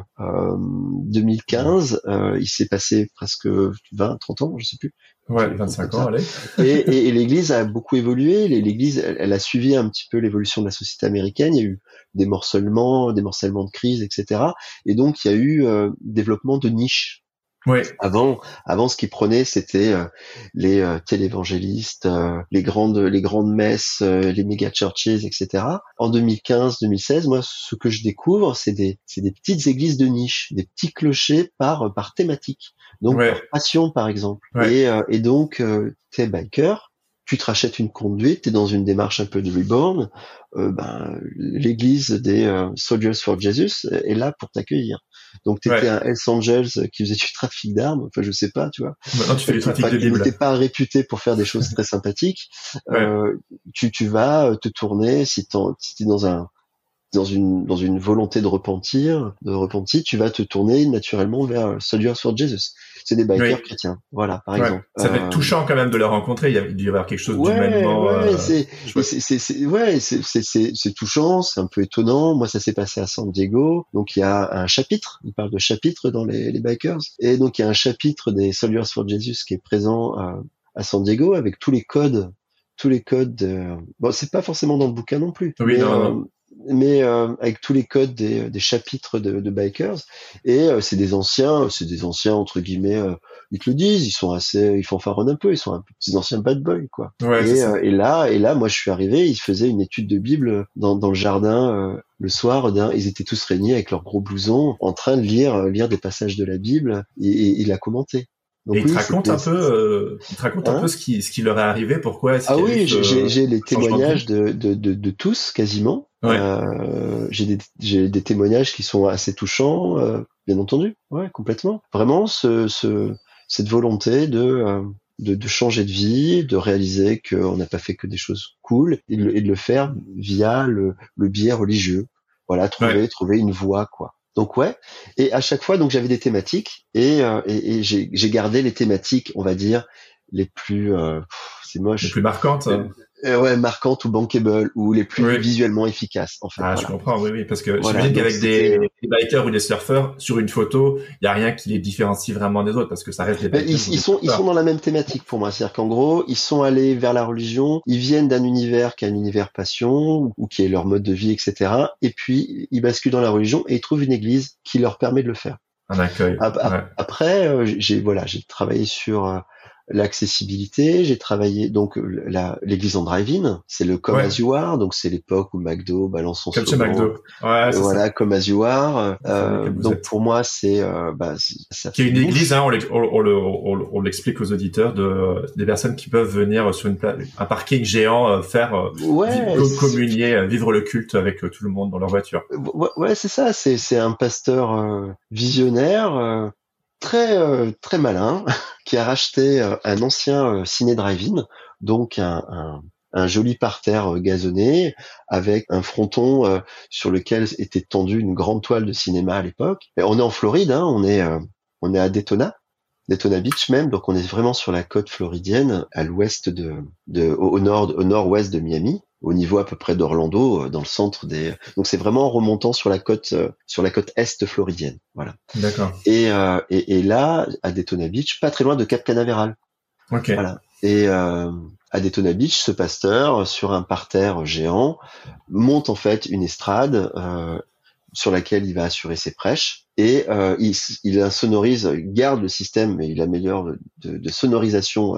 B: deux mille quinze. Euh, il s'est passé presque vingt, trente ans, je sais plus.
D: Ouais, vingt-cinq ans, allez.
B: et, et, et l'Église a beaucoup évolué. L'Église, elle, elle a suivi un petit peu l'évolution de la société américaine. Il y a eu des morcellements, des morcellements de crise, et cetera. Et donc, il y a eu euh, développement de niches.
D: Oui.
B: Avant, avant, ce qu'ils prenaient, c'était euh, les euh, télévangélistes, euh, les grandes, les grandes messes, euh, les méga churches, et cetera. En deux mille quinze, deux mille seize, moi, ce que je découvre, c'est des, c'est des petites églises de niche, des petits clochers par par thématique. Donc,
D: ouais.
B: par passion, par exemple.
D: Ouais.
B: Et euh, et donc, euh, t'es biker, tu te rachètes une conduite, t'es dans une démarche un peu de reborn. Euh, ben, l'église des euh, Soldiers for Jesus est là pour t'accueillir. Donc t'étais ouais. un Hells Angels qui faisait du trafic d'armes, enfin je sais pas, tu vois.
D: Maintenant tu fais du trafic
B: pas,
D: de Bible.
B: T'es pas réputé pour faire des choses très sympathiques. Ouais. Euh, tu tu vas te tourner si t'en, si t'es dans un dans une dans une volonté de repentir, de repentir, tu vas te tourner naturellement vers Soldiers for Jesus. C'est des bikers oui. chrétiens, voilà, par
D: ouais.
B: exemple.
D: Ça va être touchant quand même de les rencontrer. Il y a dû y avoir quelque chose
B: ouais,
D: d'humainement.
B: Ouais,
D: euh,
B: c'est, c'est, c'est, c'est, ouais, c'est, c'est, c'est, c'est touchant, c'est un peu étonnant. Moi, ça s'est passé à San Diego. Donc, il y a un chapitre. Il parle de chapitre dans les, les bikers. Et donc, il y a un chapitre des Soldiers for Jesus qui est présent à, à San Diego avec tous les codes, tous les codes. De... Bon, c'est pas forcément dans le bouquin non plus.
D: Oui,
B: mais,
D: non,
B: euh,
D: non.
B: mais euh, avec tous les codes des, des chapitres de, de bikers, et euh, c'est des anciens, c'est des anciens entre guillemets, euh, ils te le disent, ils sont assez, ils fanfaronnent un peu, ils sont un peu des anciens bad boys quoi.
D: Ouais,
B: et, euh, et là, et là, moi je suis arrivé, ils faisaient une étude de Bible dans, dans le jardin euh, le soir, d'un, ils étaient tous réunis avec leurs gros blousons, en train de lire, lire des passages de la Bible, et, et il a commenté.
D: Donc, et il oui, te raconte un peu, euh, il te raconte hein un peu ce qui, ce qui leur est arrivé, pourquoi est-ce
B: ah
D: qu'il y a
B: oui,
D: eu ce,
B: j'ai, j'ai les témoignages
D: de,
B: de, de, de, de tous quasiment.
D: Ouais.
B: Euh, j'ai des, j'ai des témoignages qui sont assez touchants, euh, bien entendu. Ouais, complètement. Vraiment, ce, ce, cette volonté de, euh, de, de changer de vie, de réaliser qu'on n'a pas fait que des choses cool, et de, et de le faire via le, le biais religieux. Voilà, trouver, ouais. trouver une voie, quoi. Donc ouais, et à chaque fois donc j'avais des thématiques et euh, et, et j'ai, j'ai gardé les thématiques, on va dire les plus euh, c'est moche,
D: les plus marquantes.
B: Euh, euh, ouais, marquantes ou bankable ou les plus
D: oui.
B: visuellement efficaces en fait.
D: Ah,
B: voilà.
D: je comprends, oui, oui, parce que
B: voilà,
D: j'imagine qu'avec des,
B: c'était...
D: des bikers ou des surfeurs sur une photo, il y a rien qui les différencie vraiment des autres parce que ça reste des bikers.
B: Ils, ils sont ils sont dans la même thématique pour moi, c'est-à-dire qu'en gros ils sont allés vers la religion, ils viennent d'un univers qui est un univers passion ou qui est leur mode de vie, et cetera. Et puis ils basculent dans la religion et ils trouvent une église qui leur permet de le faire.
D: Un accueil.
B: Après,
D: ouais.
B: après j'ai voilà j'ai travaillé sur euh, l'accessibilité, j'ai travaillé donc la, l'église en drive-in, c'est le Come
D: ouais.
B: As You Are, donc c'est l'époque où McDo balance son
D: comme
B: slogan.
D: Comme chez McDo. Ouais, c'est
B: voilà,
D: ça.
B: Come As You Are. Euh, donc êtes. Pour moi, c'est euh, bah, ça.
D: Qui est une église, hein, on, on, on, on, on l'explique aux auditeurs de des personnes qui peuvent venir sur une un parking géant euh, faire euh,
B: ouais,
D: vivre, communier, vivre le culte avec euh, tout le monde dans leur voiture.
B: Ouais, ouais c'est ça. C'est c'est un pasteur euh, visionnaire. Euh, très euh, très malin qui a racheté euh, un ancien euh, ciné drive-in, donc un, un, un joli parterre euh, gazonné avec un fronton euh, sur lequel était tendue une grande toile de cinéma à l'époque. Et on est en Floride, hein, on est euh, on est à Daytona, Daytona Beach même, donc on est vraiment sur la côte floridienne, à l'ouest de, de au nord au nord-ouest de Miami, au niveau à peu près d'Orlando, dans le centre des. Donc c'est vraiment en remontant sur la côte sur la côte est floridienne, voilà.
D: D'accord.
B: Et euh, et, et là à Daytona Beach, pas très loin de Cap Canaveral.
D: Ok.
B: Voilà. Et euh, à Daytona Beach, ce pasteur sur un parterre géant monte en fait une estrade euh, sur laquelle il va assurer ses prêches. Et euh, il, il sonorise, il garde le système, mais il améliore de, de sonorisation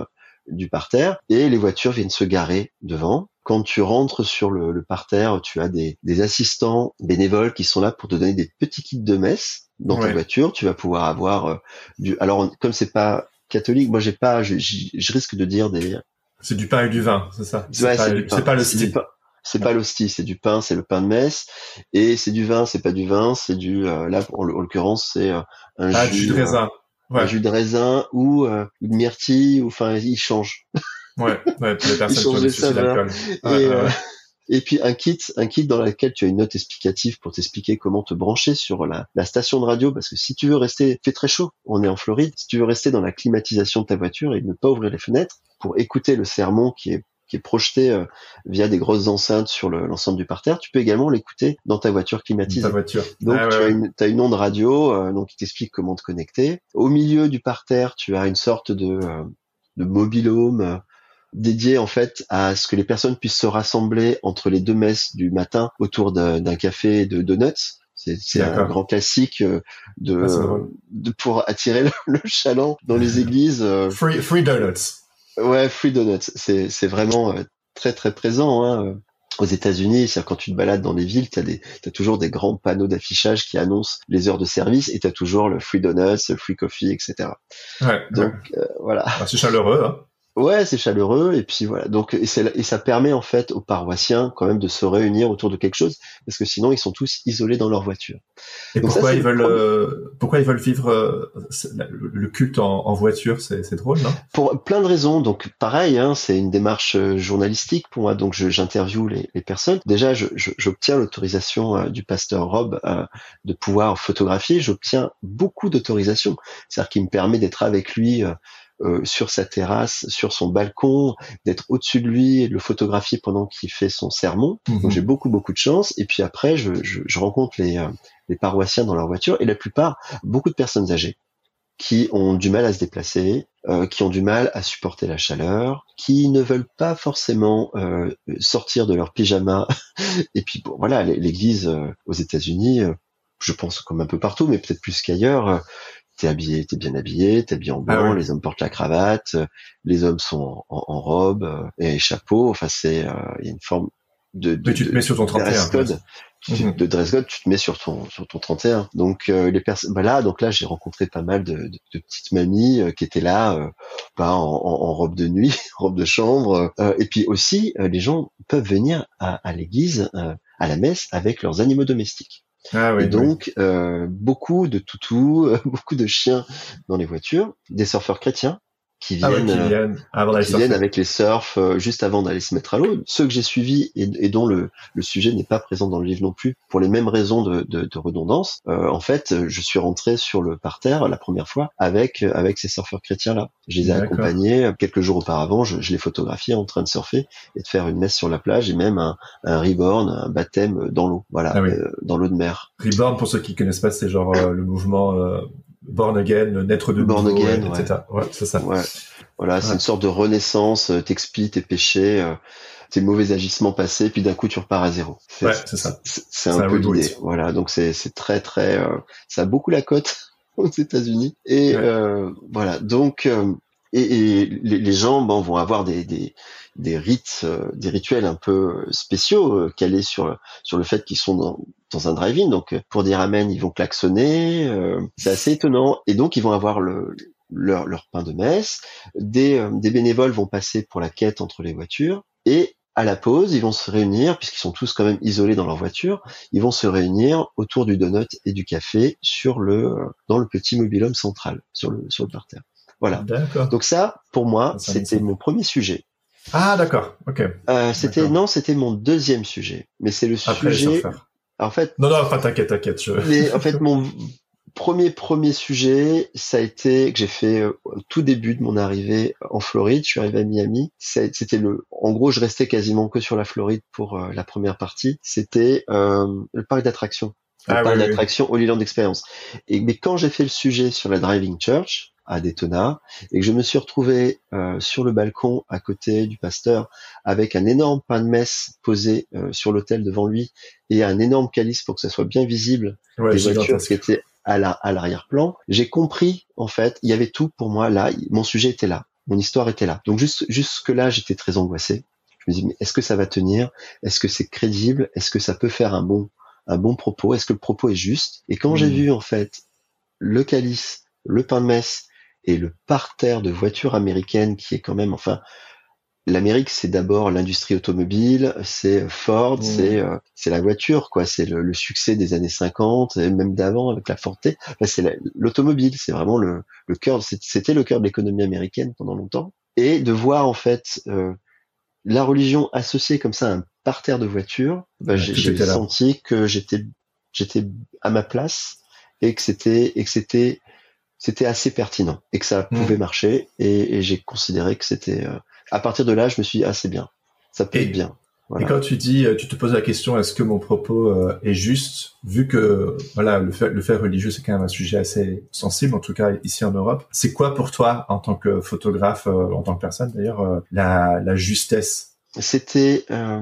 B: du parterre et les voitures viennent se garer devant. Quand tu rentres sur le, le parterre, tu as des, des assistants bénévoles qui sont là pour te donner des petits kits de messe dans ta
D: Ouais.
B: voiture. Tu vas pouvoir avoir euh, du. Alors comme c'est pas catholique, moi j'ai pas, je, je, je risque de dire des.
D: C'est du pain et du vin, c'est ça. C'est
B: Ouais,
D: pas,
B: c'est du pain.
D: c'est pas le
B: C'est du
D: style.
B: pain. C'est pas l'hostie, c'est du pain, c'est le pain de messe, et c'est du vin, c'est pas du vin, c'est du euh, là en, en l'occurrence c'est euh, un
D: Ah,
B: jus,
D: du jus de raisin. Ouais.
B: un jus de raisin ou euh, une myrtille, ou enfin il change.
D: Ouais, ouais, pour les personnes qui ont
B: change
D: des
B: les
D: soucis
B: saveurs.
D: d'alcool.
B: Et,
D: Ouais,
B: euh,
D: ouais.
B: et puis un kit, un kit dans lequel tu as une note explicative pour t'expliquer comment te brancher sur la, la station de radio, parce que si tu veux rester, il fait très chaud, on est en Floride, si tu veux rester dans la climatisation de ta voiture et ne pas ouvrir les fenêtres pour écouter le sermon qui est qui est projeté euh, via des grosses enceintes sur le, l'ensemble du parterre, tu peux également l'écouter dans ta voiture climatisée.
D: Ta voiture.
B: Donc
D: Ah, ouais,
B: tu as
D: ouais.
B: une, t'as une onde radio, euh, donc qui t'explique comment te connecter. Au milieu du parterre, tu as une sorte de, euh, de mobil-home euh, dédié en fait à ce que les personnes puissent se rassembler entre les deux messes du matin autour de, d'un café de donuts. C'est, c'est un grand classique euh, de,
D: Ah, c'est drôle.
B: de pour attirer le, le chaland dans les églises. euh,
D: Free, free donuts.
B: Ouais, free donuts, c'est c'est vraiment euh, très très présent hein, euh, aux États-Unis. C'est-à-dire quand tu te balades dans les villes, t'as des t'as toujours des grands panneaux d'affichage qui annoncent les heures de service et t'as toujours le free donuts, le free coffee, et cetera.
D: Ouais.
B: Donc
D: ouais.
B: euh, voilà.
D: Ah, c'est chaleureux, hein.
B: Ouais, c'est chaleureux et puis voilà. Donc et, c'est, et ça permet en fait aux paroissiens quand même de se réunir autour de quelque chose parce que sinon ils sont tous isolés dans leur voiture.
D: Et
B: Donc
D: pourquoi
B: ça,
D: ils veulent,
B: premier...
D: euh, pourquoi ils veulent vivre euh, le, le culte en, en voiture, c'est, c'est drôle, non?
B: Pour plein de raisons. Donc pareil, hein, c'est une démarche euh, journalistique pour moi. Donc je, j'interviewe les, les personnes. Déjà, je, je, j'obtiens l'autorisation euh, du pasteur Rob euh, de pouvoir photographier. J'obtiens beaucoup d'autorisation, c'est-à-dire qu'il me permet d'être avec lui. Euh, Euh, sur sa terrasse, sur son balcon, d'être au-dessus de lui et de le photographier pendant qu'il fait son sermon.
D: Mm-hmm.
B: Donc j'ai beaucoup beaucoup de chance. Et puis après, je, je, je rencontre les, euh, les paroissiens dans leur voiture et la plupart, beaucoup de personnes âgées qui ont du mal à se déplacer, euh, qui ont du mal à supporter la chaleur, qui ne veulent pas forcément euh, sortir de leur pyjama. Et puis bon, voilà, l'église euh, aux États-Unis, euh, je pense comme un peu partout, mais peut-être plus qu'ailleurs, euh, t'es habillé, t'es bien habillé, t'es habillé en blanc, ah oui. Les hommes portent la cravate, les hommes sont en, en robe et chapeau. Enfin, c'est, il euh, y a une forme de, de,
D: Mais tu te
B: de
D: mets sur ton trente et un.
B: Dress code. Mm-hmm. De dress code, tu te mets sur ton sur ton trente et un. Donc euh, les personnes, bah là, donc là, j'ai rencontré pas mal de, de, de petites mamies euh, qui étaient là, euh, bah, en, en, en robe de nuit, robe de chambre. Euh, et puis aussi, euh, les gens peuvent venir à, à l'église, euh, à la messe, avec leurs animaux domestiques.
D: Ah oui,
B: et donc
D: oui.
B: euh, beaucoup de toutous, euh, beaucoup de chiens dans les voitures, des surfeurs chrétiens qui viennent,
D: ah ouais, qui viennent,
B: euh, qui viennent avec les surfs euh, juste avant d'aller se mettre à l'eau. Ceux que j'ai suivis et, et dont le, le sujet n'est pas présent dans le livre non plus, pour les mêmes raisons de, de, de redondance. Euh, en fait, je suis rentré sur le parterre la première fois avec avec ces surfeurs chrétiens là. Je les ai D'accord. accompagnés quelques jours auparavant. Je, je les photographiais en train de surfer et de faire une messe sur la plage et même un, un reborn, un baptême dans l'eau. Voilà, ah oui. euh, dans l'eau de mer.
D: Reborn, pour ceux qui connaissent pas, c'est genre euh, le mouvement. Euh... Born again, naître de
B: Born
D: nouveau,
B: again,
D: ouais,
B: ouais.
D: et cetera. Ouais, c'est ça.
B: Ouais. Voilà,
D: ouais.
B: c'est une sorte de renaissance, t'expies tes péchés, euh, tes mauvais agissements passés, puis d'un coup tu repars à zéro.
D: C'est, ouais, c'est ça.
B: C'est, c'est un, un peu l'idée. Voilà, donc c'est, c'est très très, euh, ça a beaucoup la cote aux États-Unis. Et ouais. euh, voilà, donc euh, et, et les, les gens, bon, vont avoir des des des rites, euh, des rituels un peu spéciaux euh, calés sur sur le fait qu'ils sont dans dans un drive-in. Donc pour dire amen, ils vont klaxonner. Euh, c'est assez étonnant. Et donc ils vont avoir le leur leur pain de messe. Des euh, des bénévoles vont passer pour la quête entre les voitures. Et à la pause, ils vont se réunir, puisqu'ils sont tous quand même isolés dans leur voiture, ils vont se réunir autour du donut et du café sur le dans le petit mobil-home central, sur le sur le parterre. Voilà.
D: D'accord.
B: Donc ça, pour moi,
D: ça
B: c'était mon premier sujet.
D: Ah d'accord, ok.
B: Euh, c'était
D: d'accord.
B: non, c'était mon deuxième sujet, mais c'est le
D: Après
B: sujet. En fait.
D: Non non, enfin t'inquiète, t'inquiète. Je...
B: Mais en fait, mon premier premier sujet, ça a été que j'ai fait euh, au tout début de mon arrivée en Floride. Je suis arrivé à Miami. C'était le, en gros, je restais quasiment que sur la Floride pour euh, la première partie. C'était euh, le parc d'attractions, le
D: ah,
B: parc
D: oui,
B: d'attractions
D: oui.
B: Holy Land Experience. Et mais quand j'ai fait le sujet sur la Driving Church à Daytona et que je me suis retrouvé euh, sur le balcon à côté du pasteur avec un énorme pain de messe posé euh, sur l'autel devant lui et un énorme calice pour que ça soit bien visible
D: ouais,
B: des voitures qui étaient à la à l'arrière-plan, j'ai compris en fait, il y avait tout pour moi là, mon sujet était là. mon histoire était là. Donc juste jusque là, j'étais très angoissé. Je me dis mais est-ce que ça va tenir? Est-ce que c'est crédible? Est-ce que ça peut faire un bon un bon propos? Est-ce que le propos est juste? Et quand mmh. j'ai vu en fait le calice, le pain de messe et le parterre de voitures américaines qui est quand même, enfin, l'Amérique, c'est d'abord l'industrie automobile, c'est Ford, mmh. c'est euh, c'est la voiture, quoi. C'est le, le succès des années cinquante et même d'avant avec la Forte. Enfin, c'est la, l'automobile, c'est vraiment le, le cœur. C'était le cœur de l'économie américaine pendant longtemps. Et de voir en fait euh, la religion associée comme ça à un parterre de voitures, bah, ouais, j'ai, j'ai senti que j'étais j'étais à ma place et que c'était et que c'était c'était assez pertinent et que ça pouvait mmh. marcher. Et, et j'ai considéré que c'était euh, à partir de là, je me suis dit, ah, c'est bien. Ça peut et, être bien. Voilà.
D: Et quand tu dis, tu te poses la question, est-ce que mon propos euh, est juste, vu que, voilà, le fait, le fait religieux, c'est quand même un sujet assez sensible, en tout cas, ici en Europe. C'est quoi pour toi, en tant que photographe, euh, en tant que personne, d'ailleurs, euh, la, la justesse?
B: C'était, euh,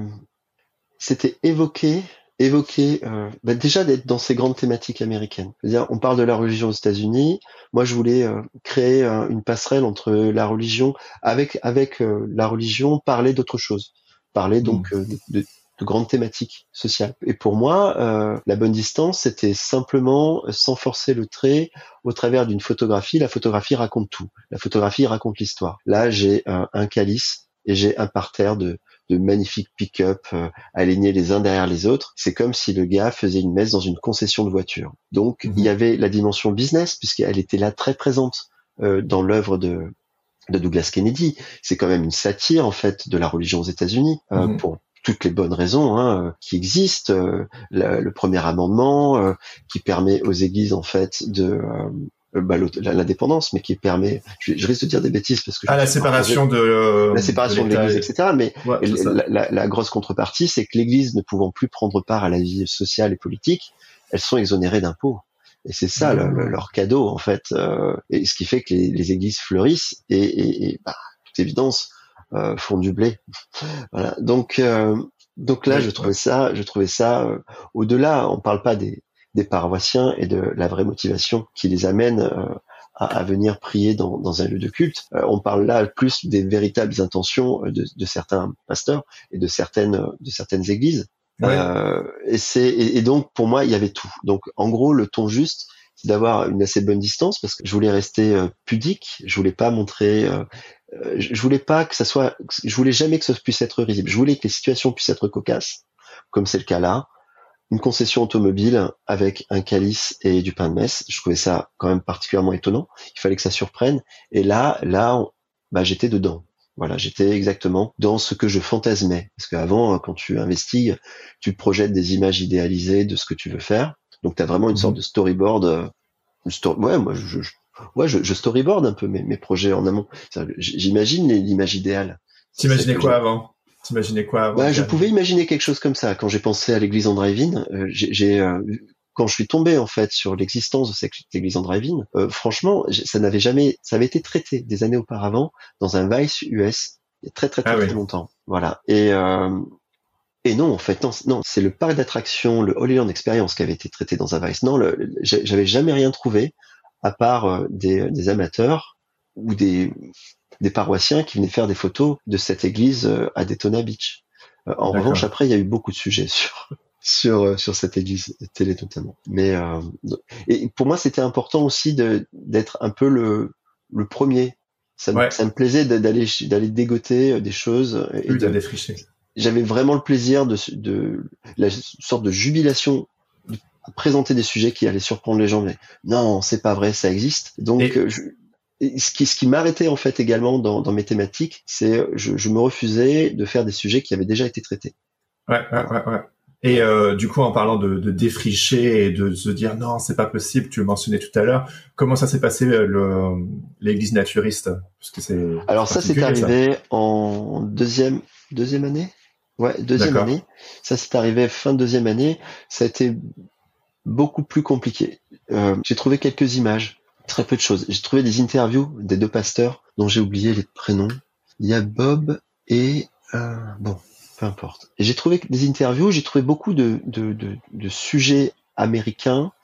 B: c'était évoquer, évoquer, euh, bah déjà d'être dans ces grandes thématiques américaines. C'est-à-dire, on parle de la religion aux États-Unis. Moi, je voulais euh, créer euh, une passerelle entre la religion, avec avec euh, la religion, parler d'autre chose. Parler donc euh, de, de, de grandes thématiques sociales. Et pour moi, euh, la bonne distance, c'était simplement, sans forcer le trait, au travers d'une photographie. La photographie raconte tout. La photographie raconte l'histoire. Là, j'ai euh, un calice et j'ai un parterre de, de magnifiques pick-up euh, alignés les uns derrière les autres. C'est comme si le gars faisait une messe dans une concession de voiture. Donc, mmh. il y avait la dimension business, puisqu'elle était là très présente euh, dans l'œuvre de de Douglas Kennedy. C'est quand même une satire en fait de la religion aux États-Unis euh, mmh. pour toutes les bonnes raisons hein, qui existent. Euh, la, le premier amendement euh, qui permet aux églises en fait de euh, bah, l'indépendance, mais qui permet, je, je risque de dire des bêtises parce que
D: ah, la séparation de euh,
B: la séparation de, de l'Église, et cetera. Mais
D: ouais,
B: la, la, la grosse contrepartie, c'est que l'Église ne pouvant plus prendre part à la vie sociale et politique, elles sont exonérées d'impôts. Et c'est ça mmh. le, le, leur cadeau en fait, euh, et ce qui fait que les, les églises fleurissent et, et, et bah, toute évidence euh, font du blé. Voilà. Donc euh, donc là, oui, je trouvais ouais. ça, je trouvais ça euh, au-delà. On parle pas des, des paroissiens et de la vraie motivation qui les amène euh, à, à venir prier dans, dans un lieu de culte. Euh, on parle là plus des véritables intentions de, de certains pasteurs et de certaines de certaines églises. Ouais. Euh, et c'est et, et donc pour moi il y avait tout. Donc en gros le ton juste, c'est d'avoir une assez bonne distance parce que je voulais rester euh, pudique. Je voulais pas montrer. Euh, euh, je voulais pas que ça soit. Je voulais jamais que ça puisse être risible. Je voulais que les situations puissent être cocasses, comme c'est le cas là. Une concession automobile avec un calice et du pain de messe. Je trouvais ça quand même particulièrement étonnant. Il fallait que ça surprenne. Et là, là, on, bah j'étais dedans. Voilà, j'étais exactement dans ce que je fantasmais. Parce qu'avant, quand tu investigues, tu projettes des images idéalisées de ce que tu veux faire. Donc, tu as vraiment une mmh. sorte de storyboard. Euh, une story... Ouais, moi, je, je, ouais, je, je storyboard un peu mes, mes projets en amont. J'imagine l'image idéale.
D: T'imaginais quoi avant T'imaginais quoi avant
B: bah, Je pouvais imaginer quelque chose comme ça. Quand j'ai pensé à l'église en drive-in, euh, j'ai... j'ai euh, quand je suis tombé en fait sur l'existence de cette église en drive-in, euh, franchement, ça n'avait jamais, ça avait été traité des années auparavant dans un Vice U S il y a très très très, ah, très oui. longtemps. Voilà. Et euh, et non, en fait, non, non, c'est le parc d'attractions, le Holy Experience qui avait été traité dans un Vice. Non, le, j'avais jamais rien trouvé à part euh, des, des amateurs ou des des paroissiens qui venaient faire des photos de cette église euh, à Daytona Beach. Euh, en D'accord. revanche, après, il y a eu beaucoup de sujets sur sur sur cette église télé notamment. Mais euh, et pour moi c'était important aussi de d'être un peu le le premier. Ça me, ouais. ça me plaisait d'aller d'aller dégoter des choses et
D: de défricher.
B: J'avais vraiment le plaisir de de la sorte de jubilation de présenter des sujets qui allaient surprendre les gens. Mais non, c'est pas vrai, ça existe. Donc et... je, et ce qui ce qui m'arrêtait en fait également dans dans mes thématiques, c'est je je me refusais de faire des sujets qui avaient déjà été traités.
D: Ouais ouais ouais ouais. Et euh, du coup, en parlant de, de défricher et de se dire non, c'est pas possible, tu le mentionnais tout à l'heure, comment ça s'est passé le, l'église naturiste? Parce que c'est
B: alors ça c'est arrivé ça. en deuxième deuxième année, ouais deuxième D'accord. année. Ça c'est arrivé fin deuxième année. Ça a été beaucoup plus compliqué. Euh, j'ai trouvé quelques images, très peu de choses. J'ai trouvé des interviews des deux pasteurs dont j'ai oublié les prénoms. Il y a Bob et euh, bon. Peu importe. Et j'ai trouvé des interviews, j'ai trouvé beaucoup de, de, de, de sujets américains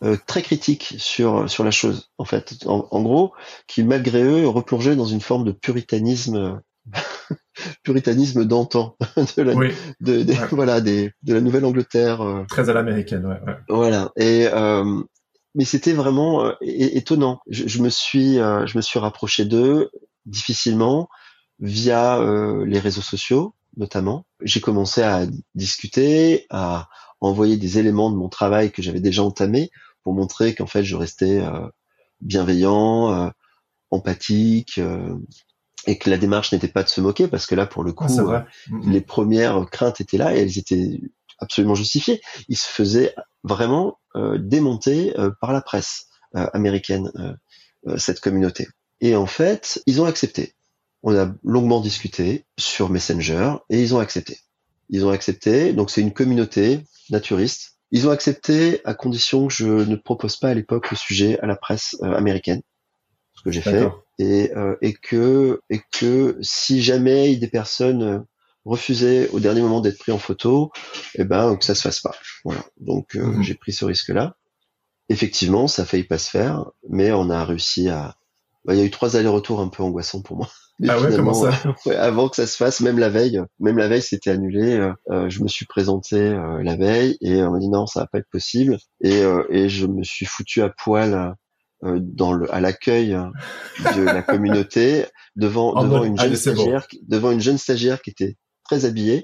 B: euh, très critiques sur sur la chose, en fait. En, en gros, qui malgré eux replongeaient dans une forme de puritanisme, puritanisme d'antan, de la,
D: oui.
B: de, de,
D: ouais.
B: voilà, des, de la Nouvelle-Angleterre. Euh,
D: Très à l'américaine, ouais. ouais.
B: Voilà. Et euh, mais c'était vraiment euh, étonnant. Je, je me suis, euh, je me suis rapproché d'eux difficilement via euh, les réseaux sociaux, notamment. J'ai commencé à discuter, à envoyer des éléments de mon travail que j'avais déjà entamé pour montrer qu'en fait je restais euh, bienveillant, euh, empathique, euh, et que la démarche n'était pas de se moquer, parce que là, pour le coup,
D: ah,
B: euh, mm-hmm. les premières craintes étaient là et elles étaient absolument justifiées. Ils se faisaient vraiment euh, démonter euh, par la presse euh, américaine, euh, euh, cette communauté. Et en fait, ils ont accepté. On a longuement discuté sur Messenger et ils ont accepté. Ils ont accepté. Donc c'est une communauté naturiste. Ils ont accepté à condition que je ne propose pas à l'époque le sujet à la presse euh, américaine, ce que j'ai D'accord. fait, et, euh, et que et que si jamais des personnes refusaient au dernier moment d'être pris en photo, eh ben que ça se fasse pas. Voilà. Donc euh, mmh. j'ai pris ce risque-là. Effectivement, ça a failli pas se faire, mais on a réussi à. Bah, il y a eu trois allers-retours un peu angoissants pour moi.
D: Mais ah ouais, comment ça
B: euh, ouais, avant que ça se fasse, même la veille, même la veille, c'était annulé. Euh, je me suis présenté euh, la veille et on m'a dit non, ça va pas être possible. Et, euh, et je me suis foutu à poil euh, dans le, à l'accueil de la communauté devant
D: oh
B: devant
D: bon,
B: une jeune
D: allez,
B: stagiaire, bon. devant une jeune stagiaire qui était très habillée.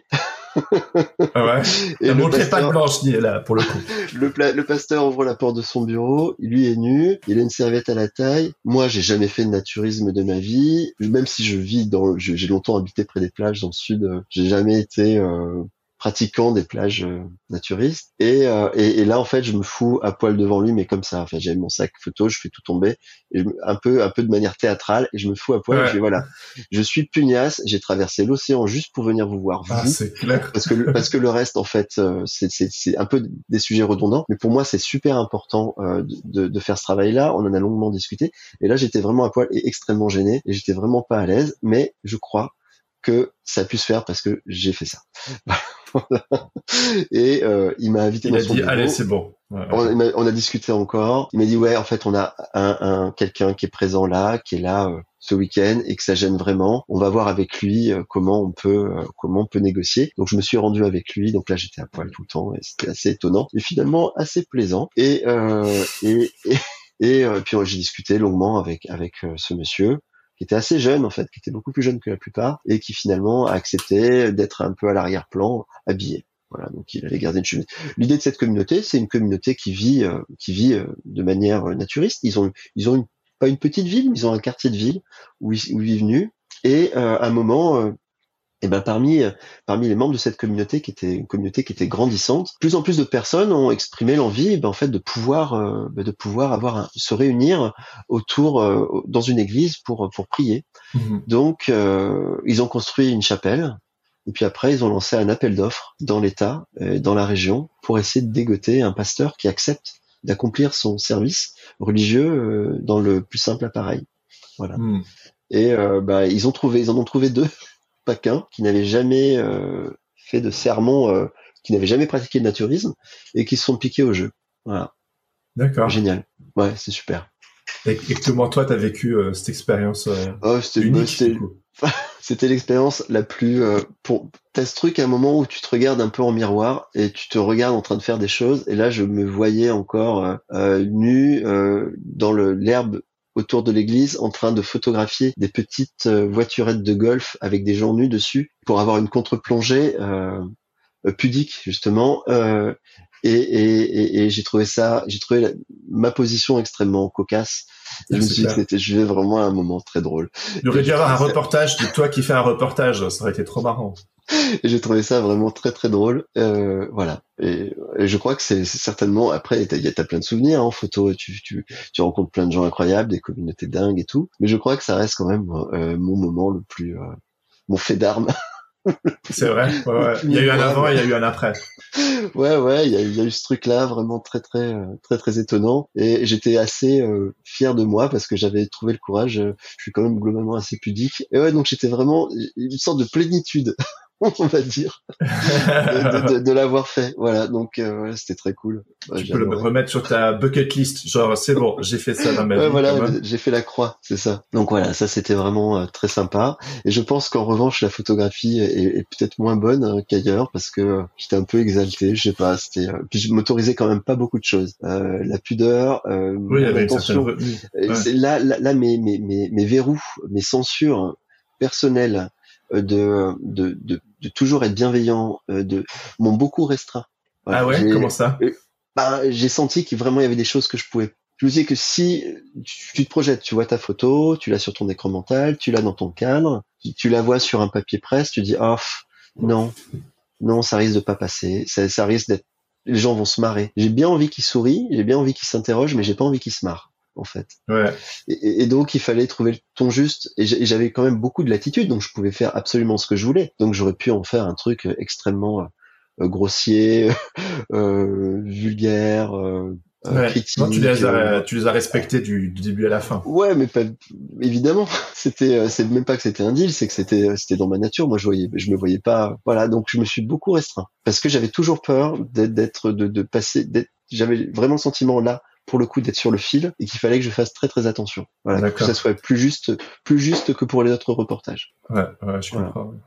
D: Ah ouais. Et ne montrez pas de blanche ni là pour le coup.
B: le, pla- le pasteur ouvre la porte de son bureau, lui est nu, il a une serviette à la taille. Moi, j'ai jamais fait de naturisme de ma vie, même si je vis dans, je, j'ai longtemps habité près des plages dans le sud, euh, j'ai jamais été euh, pratiquant des plages euh, naturistes. Et, euh, et, et là, en fait, je me fous à poil devant lui, mais comme ça. Enfin, j'avais mon sac photo, je fais tout tomber, et je, un peu, un peu de manière théâtrale, et je me fous à poil. Ouais. Et je dis voilà, je suis pugnace, j'ai traversé l'océan juste pour venir vous voir.
D: Ah,
B: vous,
D: c'est clair.
B: Parce que parce que le reste, en fait, euh, c'est, c'est, c'est un peu des sujets redondants. Mais pour moi, c'est super important euh, de, de faire ce travail-là. On en a longuement discuté. Et là, j'étais vraiment à poil et extrêmement gêné, et j'étais vraiment pas à l'aise. Mais je crois que ça a pu se faire parce que j'ai fait ça. Voilà. Et euh, il m'a invité
D: il
B: dans
D: a
B: son
D: dit
B: bureau.
D: Allez, c'est bon. Ouais, ouais.
B: On, a, on a discuté encore. Il m'a dit ouais, en fait, on a un, un quelqu'un qui est présent là, qui est là euh, ce week-end et que ça gêne vraiment. On va voir avec lui euh, comment on peut euh, comment on peut négocier. Donc je me suis rendu avec lui. Donc là, j'étais à poil tout le temps et c'était assez étonnant et finalement assez plaisant. Et euh, et et, et euh, puis j'ai discuté longuement avec avec euh, ce monsieur, qui était assez jeune en fait, qui était beaucoup plus jeune que la plupart, et qui finalement a accepté d'être un peu à l'arrière-plan, habillé. Voilà, donc il allait garder une chemise. L'idée de cette communauté, c'est une communauté qui vit, euh, qui vit euh, de manière naturiste. Ils ont, ils ont une, pas une petite ville, mais ils ont un quartier de ville où ils, où ils vivent nus. Et euh, à un moment, euh, et ben parmi, parmi les membres de cette communauté, qui était une communauté qui était grandissante, plus en plus de personnes ont exprimé l'envie, ben en fait, de pouvoir, euh, de pouvoir avoir un, se réunir autour euh, dans une église pour pour prier. Mmh. Donc, euh, ils ont construit une chapelle. Et puis après, ils ont lancé un appel d'offres dans l'État, euh, dans la région, pour essayer de dégoter un pasteur qui accepte d'accomplir son service religieux euh, dans le plus simple appareil. Voilà. Mmh. Et euh, bah, ils ont trouvé, ils en ont trouvé deux, pas qu'un, qui n'avaient jamais euh, fait de sermon, euh, qui n'avaient jamais pratiqué le naturisme et qui se sont piqués au jeu. Voilà.
D: D'accord.
B: Génial. Ouais, c'est super.
D: Et, et comment toi, t'as vécu euh, cette expérience euh,
B: oh, c'était,
D: unique,
B: bah, c'était... C'était l'expérience la plus. Euh, pour t'as ce truc à un moment où tu te regardes un peu en miroir et tu te regardes en train de faire des choses. Et là, je me voyais encore euh, euh, nu euh, dans le l'herbe autour de l'église, en train de photographier des petites euh, voiturettes de golf avec des gens nus dessus pour avoir une contre-plongée euh, euh, pudique justement. Euh, et, et, et, et j'ai trouvé ça, j'ai trouvé la, ma position extrêmement cocasse. Et je me suis dit que c'était, je vivais vraiment un moment très drôle.
D: Il aurait dû y avoir un reportage de toi qui fais un reportage, ça aurait été trop marrant.
B: Et j'ai trouvé ça vraiment très très drôle. Euh, voilà. Et, et je crois que c'est, c'est certainement, après, t'as, t'as plein de souvenirs hein, en photo, tu, tu, tu rencontres plein de gens incroyables, des communautés dingues et tout. Mais je crois que ça reste quand même euh, mon moment le plus, euh, mon fait d'armes.
D: C'est vrai, ouais, ouais. Il y a eu un avant et il y a eu un après.
B: Ouais, ouais, il y a, il y a eu ce truc-là vraiment très, très, très, très étonnant. Et j'étais assez euh, fier de moi parce que j'avais trouvé le courage. Je suis quand même globalement assez pudique. Et ouais, donc j'étais vraiment une sorte de plénitude on va dire, de, de, de, de l'avoir fait. Voilà, donc euh, voilà, c'était très cool.
D: Ouais, tu peux le remettre sur ta bucket list, genre c'est bon, j'ai fait ça dans ma
B: ouais,
D: vie.
B: Voilà, j'ai fait la croix, c'est ça. Donc voilà, ça c'était vraiment euh, très sympa. Et je pense qu'en revanche, la photographie est, est peut-être moins bonne hein, qu'ailleurs parce que euh, j'étais un peu exalté, je sais pas. C'était, euh, puis je m'autorisais quand même pas beaucoup de choses. Euh, la pudeur, euh,
D: oui,
B: l'intention.
D: Ouais.
B: C'est là, là, là, mes, mes, mes, mes verrous, mes censures personnelles de, de, de, de toujours être bienveillant, de m'ont beaucoup restreint.
D: Voilà. Ah ouais, j'ai, comment ça?
B: Bah, j'ai senti qu'il vraiment il y avait des choses que je pouvais. Je me disais que si tu, tu te projettes, tu vois ta photo, tu l'as sur ton écran mental, tu l'as dans ton cadre, tu, tu la vois sur un papier presse, tu dis oh pff, non, non, ça risque de pas passer, ça, ça risque d'être, les gens vont se marrer. J'ai bien envie qu'ils sourient, j'ai bien envie qu'ils s'interrogent, mais j'ai pas envie qu'ils se marrent. En fait.
D: Ouais.
B: Et, et donc il fallait trouver le ton juste. Et j'avais quand même beaucoup de latitude, donc je pouvais faire absolument ce que je voulais. Donc j'aurais pu en faire un truc extrêmement euh, grossier, euh, vulgaire, euh,
D: ouais.
B: critique.
D: Non, tu les as, euh, tu les as respectés du, du début à la fin.
B: Ouais, mais pas évidemment. C'était, c'est même pas que c'était un deal, c'est que c'était, c'était dans ma nature. Moi, je voyais, je me voyais pas. Voilà, donc je me suis beaucoup restreint parce que j'avais toujours peur d'être, d'être de, de passer. D'être, j'avais vraiment le sentiment là. Pour le coup d'être sur le fil et qu'il fallait que je fasse très très attention. Voilà, D'accord. que ça soit plus juste, plus juste que pour les autres reportages.
D: Ouais, ouais, je comprends. Voilà.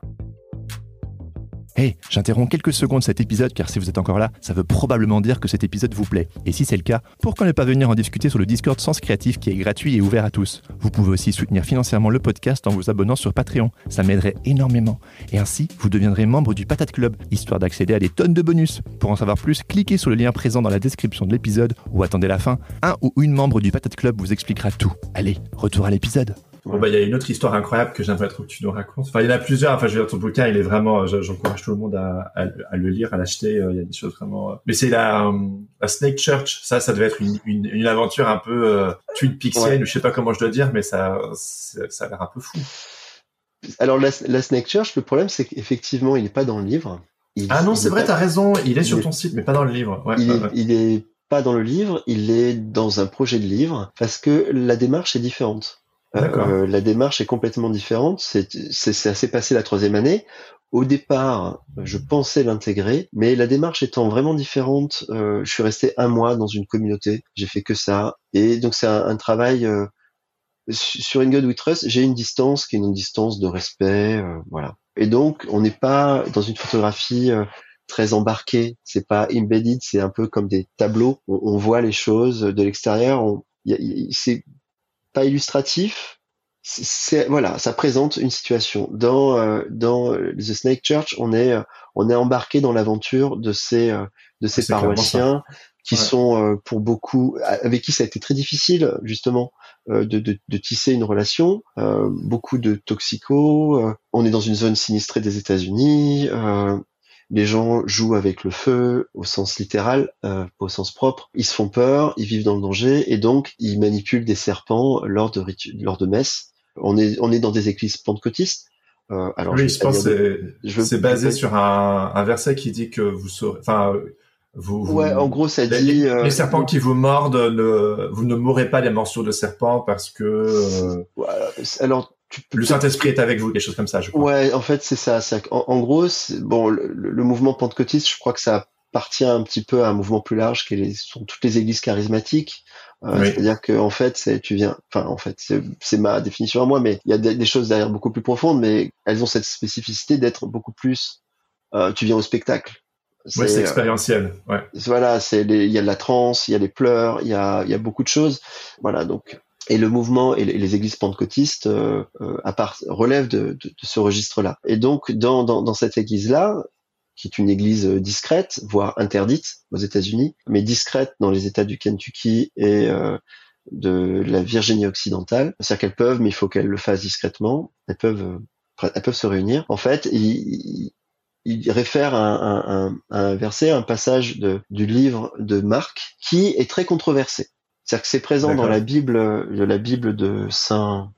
C: Hey, j'interromps quelques secondes cet épisode car si vous êtes encore là, ça veut probablement dire que cet épisode vous plaît. Et si c'est le cas, pourquoi ne pas venir en discuter sur le Discord Sens Créatif qui est gratuit et ouvert à tous. Vous pouvez aussi soutenir financièrement le podcast en vous abonnant sur Patreon. Ça m'aiderait énormément. Et ainsi, vous deviendrez membre du Patate Club, histoire d'accéder à des tonnes de bonus. Pour en savoir plus, cliquez sur le lien présent dans la description de l'épisode ou attendez la fin. Un ou une membre du Patate Club vous expliquera tout. Allez, retour à l'épisode.
D: Bon, bah, il y a une autre histoire incroyable que j'aimerais trop que tu nous racontes. Enfin, il y en a plusieurs. Enfin, je veux dire, ton bouquin, il est vraiment, j'encourage tout le monde à, à, à le lire, à l'acheter. Il y a des choses vraiment, mais c'est la, la Snake Church. Ça, ça devait être une, une, une aventure un peu, euh, Twin Peaksienne, ouais. ou je sais pas comment je dois dire, mais ça, ça a l'air un peu fou.
B: Alors, la, la Snake Church, le problème, c'est qu'effectivement, il est pas dans le livre. Il,
D: ah non, c'est vrai,
B: pas...
D: t'as raison. Il est il sur est... ton site, mais pas dans le livre. Ouais,
B: il,
D: ouais,
B: est,
D: ouais.
B: il est pas dans le livre. Il est dans un projet de livre parce que la démarche est différente. Euh, la démarche est complètement différente. C'est, c'est, ça s'est passé la troisième année. Au départ, je pensais l'intégrer, mais la démarche étant vraiment différente, euh, je suis resté un mois dans une communauté. J'ai fait que ça, et donc c'est un, un travail euh, sur In God We Trust. J'ai une distance qui est une distance de respect, euh, voilà. Et donc, on n'est pas dans une photographie euh, très embarquée. C'est pas embedded. C'est un peu comme des tableaux. On, on voit les choses de l'extérieur. On, y a, y, c'est pas illustratif, c'est, c'est voilà, ça présente une situation. Dans euh, dans The Snake Church, on est on est embarqué dans l'aventure de ces euh, de ces c'est paroissiens qui ouais. sont euh, pour beaucoup avec qui ça a été très difficile justement euh, de, de de tisser une relation. Euh, beaucoup de toxicos. Euh, on est dans une zone sinistrée des États-Unis. Euh, Les gens jouent avec le feu au sens littéral, euh, pas au sens propre. Ils se font peur, ils vivent dans le danger et donc ils manipulent des serpents lors de ritu- lors de messes. On est on est dans des églises pentecôtistes. Euh, alors
D: oui, je, je pense que c'est,
B: je,
D: c'est basé je, sur un, un verset qui dit que vous saurez. Enfin, vous, vous.
B: Ouais, en gros, ça
D: les,
B: dit.
D: Les,
B: euh,
D: les serpents qui vous mordent, ne, vous ne mourrez pas des morsures de serpent parce que. Euh,
B: voilà. Alors. Tu peux
D: le Saint-Esprit est avec vous, quelque chose comme ça, je crois.
B: Ouais, en fait, c'est ça. C'est, en, en gros, c'est, bon, le, le mouvement pentecôtiste, je crois que ça appartient un petit peu à un mouvement plus large qui est les, sont toutes les églises charismatiques. Euh, oui. C'est-à-dire que en fait, c'est, tu viens, enfin, en fait, c'est, c'est ma définition à moi, mais il y a des, des choses derrière beaucoup plus profondes, mais elles ont cette spécificité d'être beaucoup plus. Euh, tu viens au spectacle.
D: C'est, ouais, c'est expérientiel. Euh, ouais.
B: Voilà, c'est il y a de la transe, il y a les pleurs, il y a, il y a beaucoup de choses. Voilà, donc. Et le mouvement et les églises pentecôtistes euh, euh, à part, relèvent de, de, de ce registre-là. Et donc, dans, dans, dans cette église-là, qui est une église discrète, voire interdite aux États-Unis, mais discrète dans les États du Kentucky et euh, de la Virginie occidentale, c'est-à-dire qu'elles peuvent, mais il faut qu'elles le fassent discrètement. Elles peuvent, euh, elles peuvent se réunir. En fait, il, il réfère à un, un, un verset, un passage de, du livre de Marc, qui est très controversé. C'est-à-dire que c'est présent D'accord. dans la Bible, de la Bible de Saint,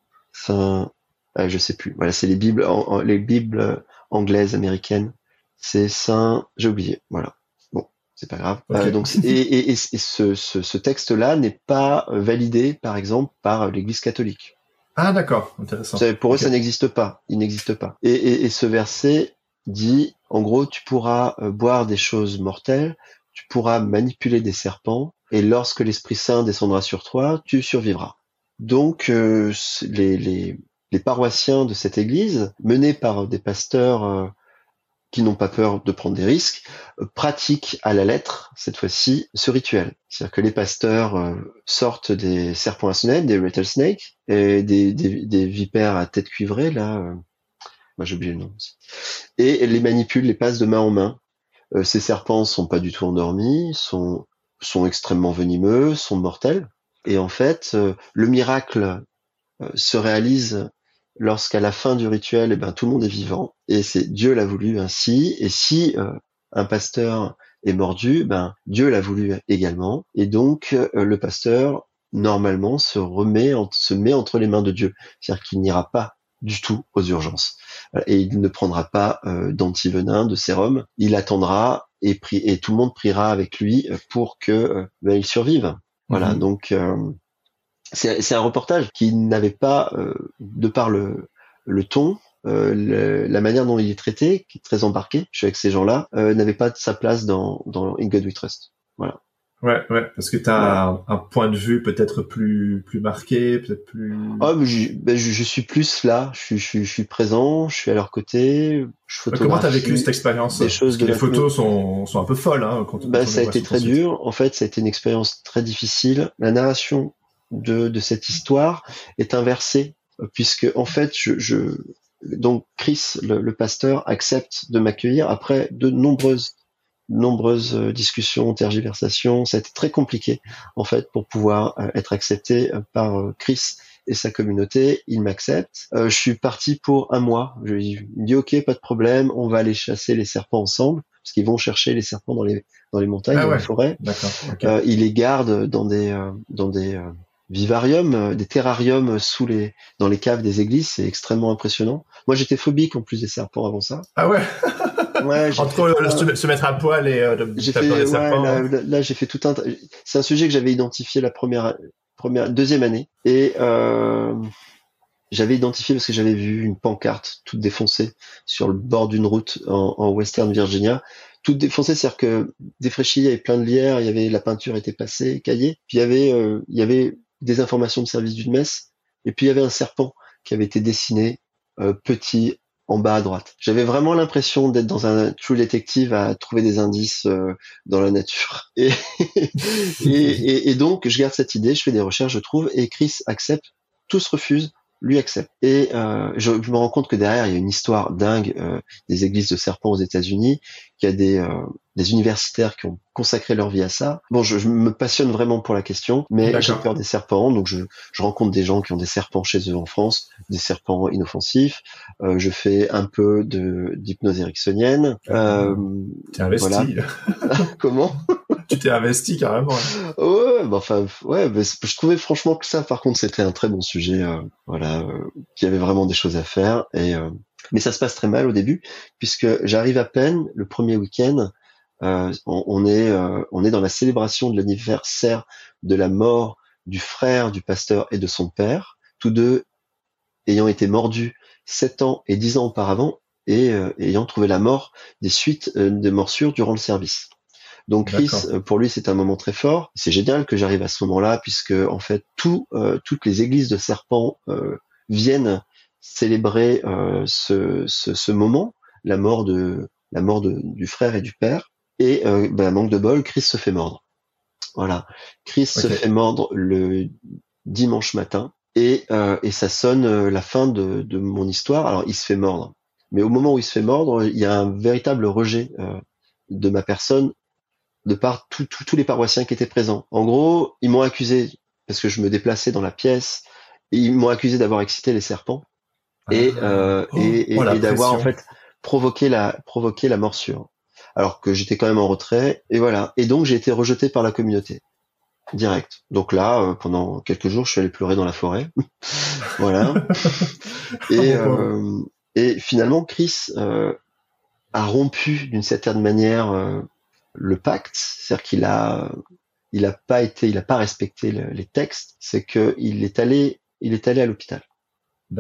B: Saint, euh, je sais plus. Voilà, c'est les Bibles, en, en, les Bibles anglaises, américaines. C'est Saint, j'ai oublié. Voilà. Bon, c'est pas grave. Okay. Euh, donc, et, et, et, et ce, ce, ce texte-là n'est pas validé, par exemple, par l'Église catholique.
D: Ah, d'accord, intéressant.
B: C'est, pour
D: okay.
B: eux, ça n'existe pas. Il n'existe pas. Et, et, et ce verset dit, en gros, tu pourras euh, boire des choses mortelles, tu pourras manipuler des serpents, et lorsque l'Esprit Saint descendra sur toi, tu survivras. Donc, euh, les, les, les paroissiens de cette église, menés par des pasteurs euh, qui n'ont pas peur de prendre des risques, euh, pratiquent à la lettre, cette fois-ci, ce rituel. C'est-à-dire que les pasteurs euh, sortent des serpents à sonnette, des rattlesnakes, et des, des, des vipères à tête cuivrée, là, euh, moi j'ai oublié le nom aussi, et les manipulent, les passent de main en main. Euh, ces serpents sont pas du tout endormis, sont, sont extrêmement venimeux, sont mortels, et en fait, euh, le miracle euh, se réalise lorsqu'à la fin du rituel, eh ben, tout le monde est vivant, et c'est Dieu l'a voulu ainsi, et si euh, un pasteur est mordu, ben, Dieu l'a voulu également, et donc euh, le pasteur, normalement, se remet, en, se met entre les mains de Dieu, c'est-à-dire qu'il n'ira pas du tout aux urgences, et il ne prendra pas euh, d'antivenin, de sérum, il attendra, et, prie, et tout le monde priera avec lui pour que euh, ben, il survive. Voilà, mmh. donc... Euh, C'est, c'est un reportage qui n'avait pas, euh, de par le, le ton, euh, le, la manière dont il est traité, qui est très embarqué, je suis avec ces gens-là, euh, n'avait pas sa place dans, dans In God We Trust. Voilà.
D: Ouais, ouais, parce que t'as ouais. un, un point de vue peut-être plus, plus marqué, peut-être plus.
B: Oh, mais je, ben je, je suis plus là. Je suis, je suis, je suis présent. Je suis à leur côté. Je photographie.
D: Comment t'as vécu cette expérience?
B: Des choses
D: parce que
B: de
D: les photos sont, sont un peu folles, hein. Quand,
B: ben,
D: quand
B: ça a été très dur. En fait, ça a été une expérience très difficile. La narration de, de cette histoire est inversée, puisque en fait, je, je donc Chris, le, le pasteur, accepte de m'accueillir après de nombreuses nombreuses discussions, tergiversations. Ça a été très compliqué en fait pour pouvoir euh, être accepté par Chris et sa communauté. Il m'accepte. Euh, je suis parti pour un mois. Je lui dis ok, pas de problème, on va aller chasser les serpents ensemble, parce qu'ils vont chercher les serpents dans les dans les montagnes, ah dans ouais. les forêts.
D: D'accord. Okay.
B: Euh, ils les gardent dans des euh, dans des euh, vivariums, des terrariums sous les dans les caves des églises. C'est extrêmement impressionnant. Moi, j'étais phobique en plus des serpents avant ça.
D: Ah ouais.
B: Ouais,
D: entre fait, se mettre à poil et euh, de
B: j'ai fait,
D: dans les
B: ouais,
D: serpents.
B: Là, là, là j'ai fait tout un. C'est un sujet que j'avais identifié la première, première, deuxième année, et euh, j'avais identifié parce que j'avais vu une pancarte toute défoncée sur le bord d'une route en, en Western Virginia, toute défoncée, c'est-à-dire que défraîchie, il y avait plein de lierre, il y avait la peinture était passée, caillée, puis il y avait, euh, il y avait des informations de service d'une messe, et puis il y avait un serpent qui avait été dessiné euh, petit. En bas à droite. J'avais vraiment l'impression d'être dans un True Detective à trouver des indices euh, dans la nature. Et, et, et, et donc, je garde cette idée, je fais des recherches, je trouve, et Chris accepte, tous refusent, lui accepte. Et euh, je, je me rends compte que derrière, il y a une histoire dingue euh, des églises de serpents aux États-Unis, qu'il y a des, euh, des universitaires qui ont consacré leur vie à ça. Bon, je, je me passionne vraiment pour la question, mais D'accord. j'ai peur des serpents, donc je, je rencontre des gens qui ont des serpents chez eux en France, des serpents inoffensifs. Euh, je fais un peu de d'hypnose ericksonienne. Euh,
D: T'es investi. Voilà.
B: Comment?
D: Tu t'es investi carrément.
B: Hein. Ouais, bah, enfin, ouais, bah, je trouvais franchement que ça, par contre, c'était un très bon sujet. Euh, voilà, euh, qu'il y avait vraiment des choses à faire. Et euh, mais ça se passe très mal au début, puisque j'arrive à peine le premier week-end. Euh, on, on est euh, on est dans la célébration de l'anniversaire de la mort du frère du pasteur et de son père, tous deux ayant été mordus sept ans et dix ans auparavant et euh, ayant trouvé la mort des suites euh, de morsures durant le service. Donc Chris, euh, pour lui, c'est un moment très fort. C'est génial que j'arrive à ce moment-là, puisque en fait, tout, euh, toutes les églises de serpents euh, viennent célébrer euh, ce, ce, ce moment, la mort de la mort de, du frère et du père. Et euh, ben, manque de bol, Chris se fait mordre. Voilà, Chris okay. se fait mordre le dimanche matin et, euh, et ça sonne euh, la fin de, de mon histoire. Alors il se fait mordre, mais au moment où il se fait mordre, il y a un véritable rejet euh, de ma personne de par tous tout, les paroissiens qui étaient présents. En gros, ils m'ont accusé parce que je me déplaçais dans la pièce. Et ils m'ont accusé d'avoir excité les serpents et, ah, euh, oh, et, et, oh, et d'avoir en fait provoqué la provoqué la morsure. Alors que j'étais quand même en retrait, et voilà. Et donc j'ai été rejeté par la communauté, direct. Donc là, euh, pendant quelques jours, je suis allé pleurer dans la forêt, voilà. Et, euh, et finalement, Chris euh, a rompu d'une certaine manière euh, le pacte, c'est-à-dire qu'il a, il a pas été, il a pas respecté le, les textes. C'est que il est allé, il est allé à l'hôpital.
D: D'accord.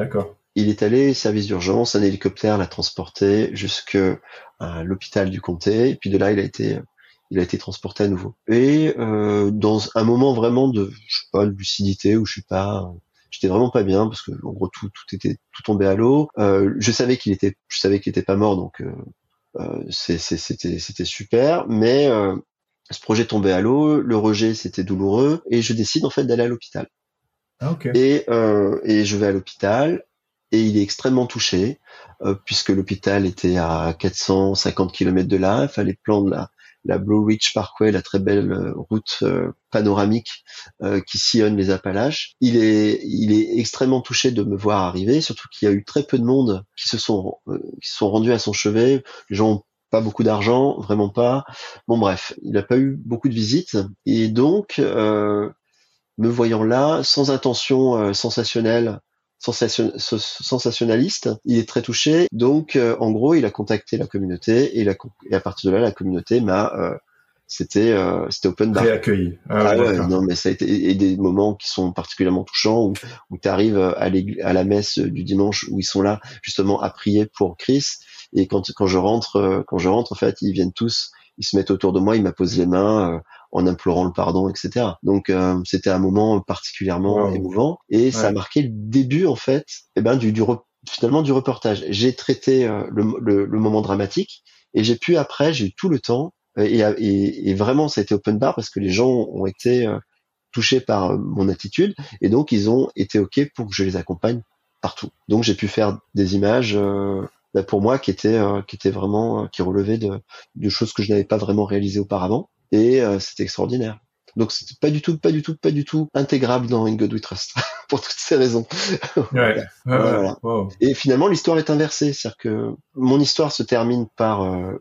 B: il est allé service d'urgence, un hélicoptère l'a transporté jusqu'à l'hôpital du comté, et puis de là il a été il a été transporté à nouveau. Et euh, dans un moment vraiment de je sais pas de lucidité où je suis pas j'étais vraiment pas bien parce que en gros tout tout était tout tombé à l'eau. Euh, je savais qu'il était je savais qu'il était pas mort, donc euh, euh, c'est, c'est, c'était c'était super, mais euh, ce projet tombait à l'eau, le rejet c'était douloureux, et je décide en fait d'aller à l'hôpital.
D: Ah, ok.
B: Et euh, et je vais à l'hôpital. Et il est extrêmement touché, euh, puisque l'hôpital était à quatre cent cinquante kilomètres de là. Il fallait prendre la, la Blue Ridge Parkway, la très belle euh, route euh, panoramique euh, qui sillonne les Appalaches. Il est, il est extrêmement touché de me voir arriver, surtout qu'il y a eu très peu de monde qui se sont, euh, qui se sont rendus à son chevet. Les gens ont pas beaucoup d'argent, vraiment pas. Bon bref, il n'a pas eu beaucoup de visites. Et donc, euh, me voyant là, sans intention euh, sensationnelle, Sensation, sensationnaliste, il est très touché. Donc, euh, en gros, il a contacté la communauté et, la, et à partir de là, la communauté m'a, euh, c'était, euh, c'était open bar.
D: Réaccueilli.
B: Ah, ah ouais, non, mais ça a été et des moments qui sont particulièrement touchants où, où tu arrives à, à la messe du dimanche où ils sont là justement à prier pour Chris. Et quand quand je rentre, quand je rentre, en fait, ils viennent tous, ils se mettent autour de moi, ils m'apposent les mains. Euh, en implorant le pardon, et cetera. Donc euh, c'était un moment particulièrement wow. émouvant, et ouais. ça a marqué le début en fait, eh ben du, du finalement du reportage. J'ai traité euh, le, le, le moment dramatique, et j'ai pu après, j'ai eu tout le temps, et, et, et vraiment ça a été open bar parce que les gens ont été euh, touchés par euh, mon attitude, et donc ils ont été ok pour que je les accompagne partout. Donc j'ai pu faire des images. Euh, pour moi qui étaient euh, qui étaient vraiment euh, qui relevaient de, de choses que je n'avais pas vraiment réalisées auparavant. Et euh, c'était extraordinaire. Donc c'était pas du tout, pas du tout, pas du tout intégrable dans In God We Trust pour toutes ces raisons.
D: Ouais.
B: voilà.
D: Ouais,
B: voilà.
D: Wow.
B: Et finalement l'histoire est inversée, c'est-à-dire que mon histoire se termine par, euh,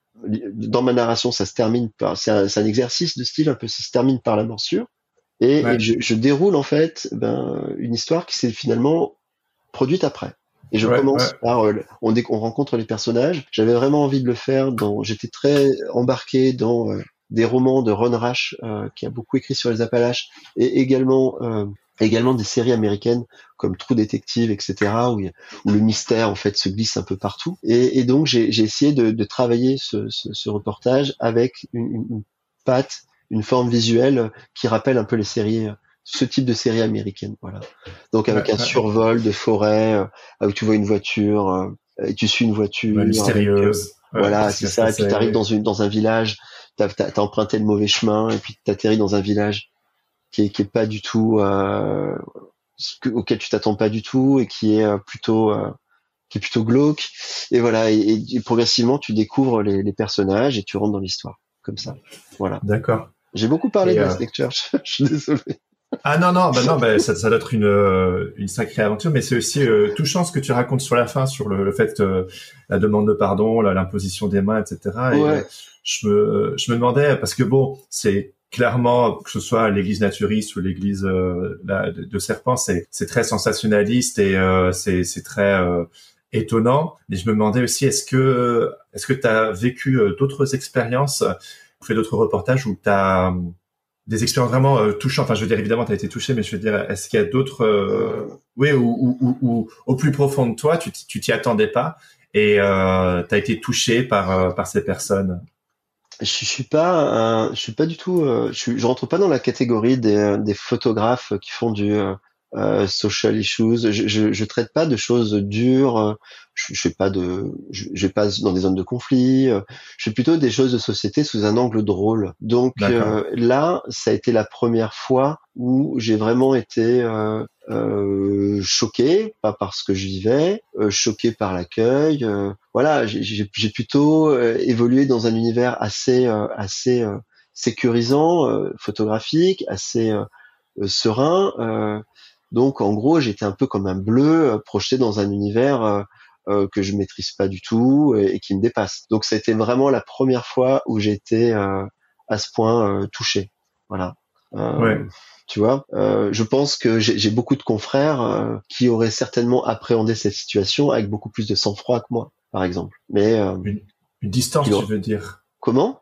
B: dans ma narration, ça se termine par, c'est un, c'est un exercice de style un peu, ça se termine par la morsure, et, ouais. et je, je déroule en fait ben une histoire qui s'est finalement produite après. Et je ouais, commence ouais. par euh, on, dé- on rencontre les personnages. J'avais vraiment envie de le faire. Dans, j'étais très embarqué dans euh, des romans de Ron Rash, euh, qui a beaucoup écrit sur les Appalaches, et également euh, également des séries américaines comme True Detective, et cetera, où, où le mystère en fait se glisse un peu partout. Et, et donc j'ai, j'ai essayé de, de travailler ce, ce, ce reportage avec une, une patte, une forme visuelle qui rappelle un peu les séries. Ce type de série américaine, voilà. Donc avec ouais, un ouais. survol de forêt, euh, où tu vois une voiture, euh, et tu suis une voiture
D: ouais, mystérieuse.
B: Avec, euh, ouais, voilà, c'est ça. Et puis t'arrives dans une dans un village, t'as, t'as, t'as emprunté le mauvais chemin, et puis t'atterris dans un village qui est qui est pas du tout euh, auquel tu t'attends pas du tout, et qui est euh, plutôt euh, qui est plutôt glauque. Et voilà. Et, et, et progressivement, tu découvres les, les personnages et tu rentres dans l'histoire comme ça. Voilà.
D: D'accord.
B: J'ai beaucoup parlé
D: et
B: de
D: euh...
B: Last Lecture. Je suis désolé.
D: Ah non non bah non bah ça, ça doit être une euh, une sacrée aventure, mais c'est aussi euh, touchant ce que tu racontes sur la fin, sur le, le fait euh, la demande de pardon, la, l'imposition des mains, et cetera. Et
B: ouais.
D: euh, je me je me demandais parce que bon, c'est clairement, que ce soit l'église naturiste ou l'église euh, la, de, de Serpent, c'est c'est très sensationnaliste et euh, c'est c'est très euh, étonnant. Mais je me demandais aussi, est-ce que est-ce que tu as vécu euh, d'autres expériences, fait d'autres reportages où tu as des expériences vraiment euh, touchantes. Enfin, je veux dire, évidemment, tu as été touché, mais je veux dire, est-ce qu'il y a d'autres, euh, oui, ou, ou, ou, ou au plus profond de toi, tu, tu t'y attendais pas et euh, tu as été touché par euh, par ces personnes.
B: Je, je suis pas, un, je suis pas du tout, euh, je, suis, je rentre pas dans la catégorie des, des photographes qui font du euh, euh, social issues. Je, je, je traite pas de choses dures. Je, je fais pas de, je, je vais pas dans des zones de conflit. Je fais plutôt des choses de société sous un angle drôle. Donc euh, là, ça a été la première fois où j'ai vraiment été euh, euh, choqué, pas par ce que je vivais, euh, choqué par l'accueil. Euh, voilà, j'ai, j'ai, j'ai plutôt euh, évolué dans un univers assez, euh, assez euh, sécurisant, euh, photographique, assez euh, euh, serein. Euh, donc en gros, j'étais un peu comme un bleu euh, projeté dans un univers euh, euh, que je maîtrise pas du tout et, et qui me dépasse. Donc c'était vraiment la première fois où j'ai été euh, à ce point euh, touché. Voilà. Euh,
D: ouais.
B: Tu vois, euh, je pense que j'ai, j'ai beaucoup de confrères euh, qui auraient certainement appréhendé cette situation avec beaucoup plus de sang-froid que moi, par exemple. Mais euh,
D: une, une distance, tu veux dire?
B: Comment?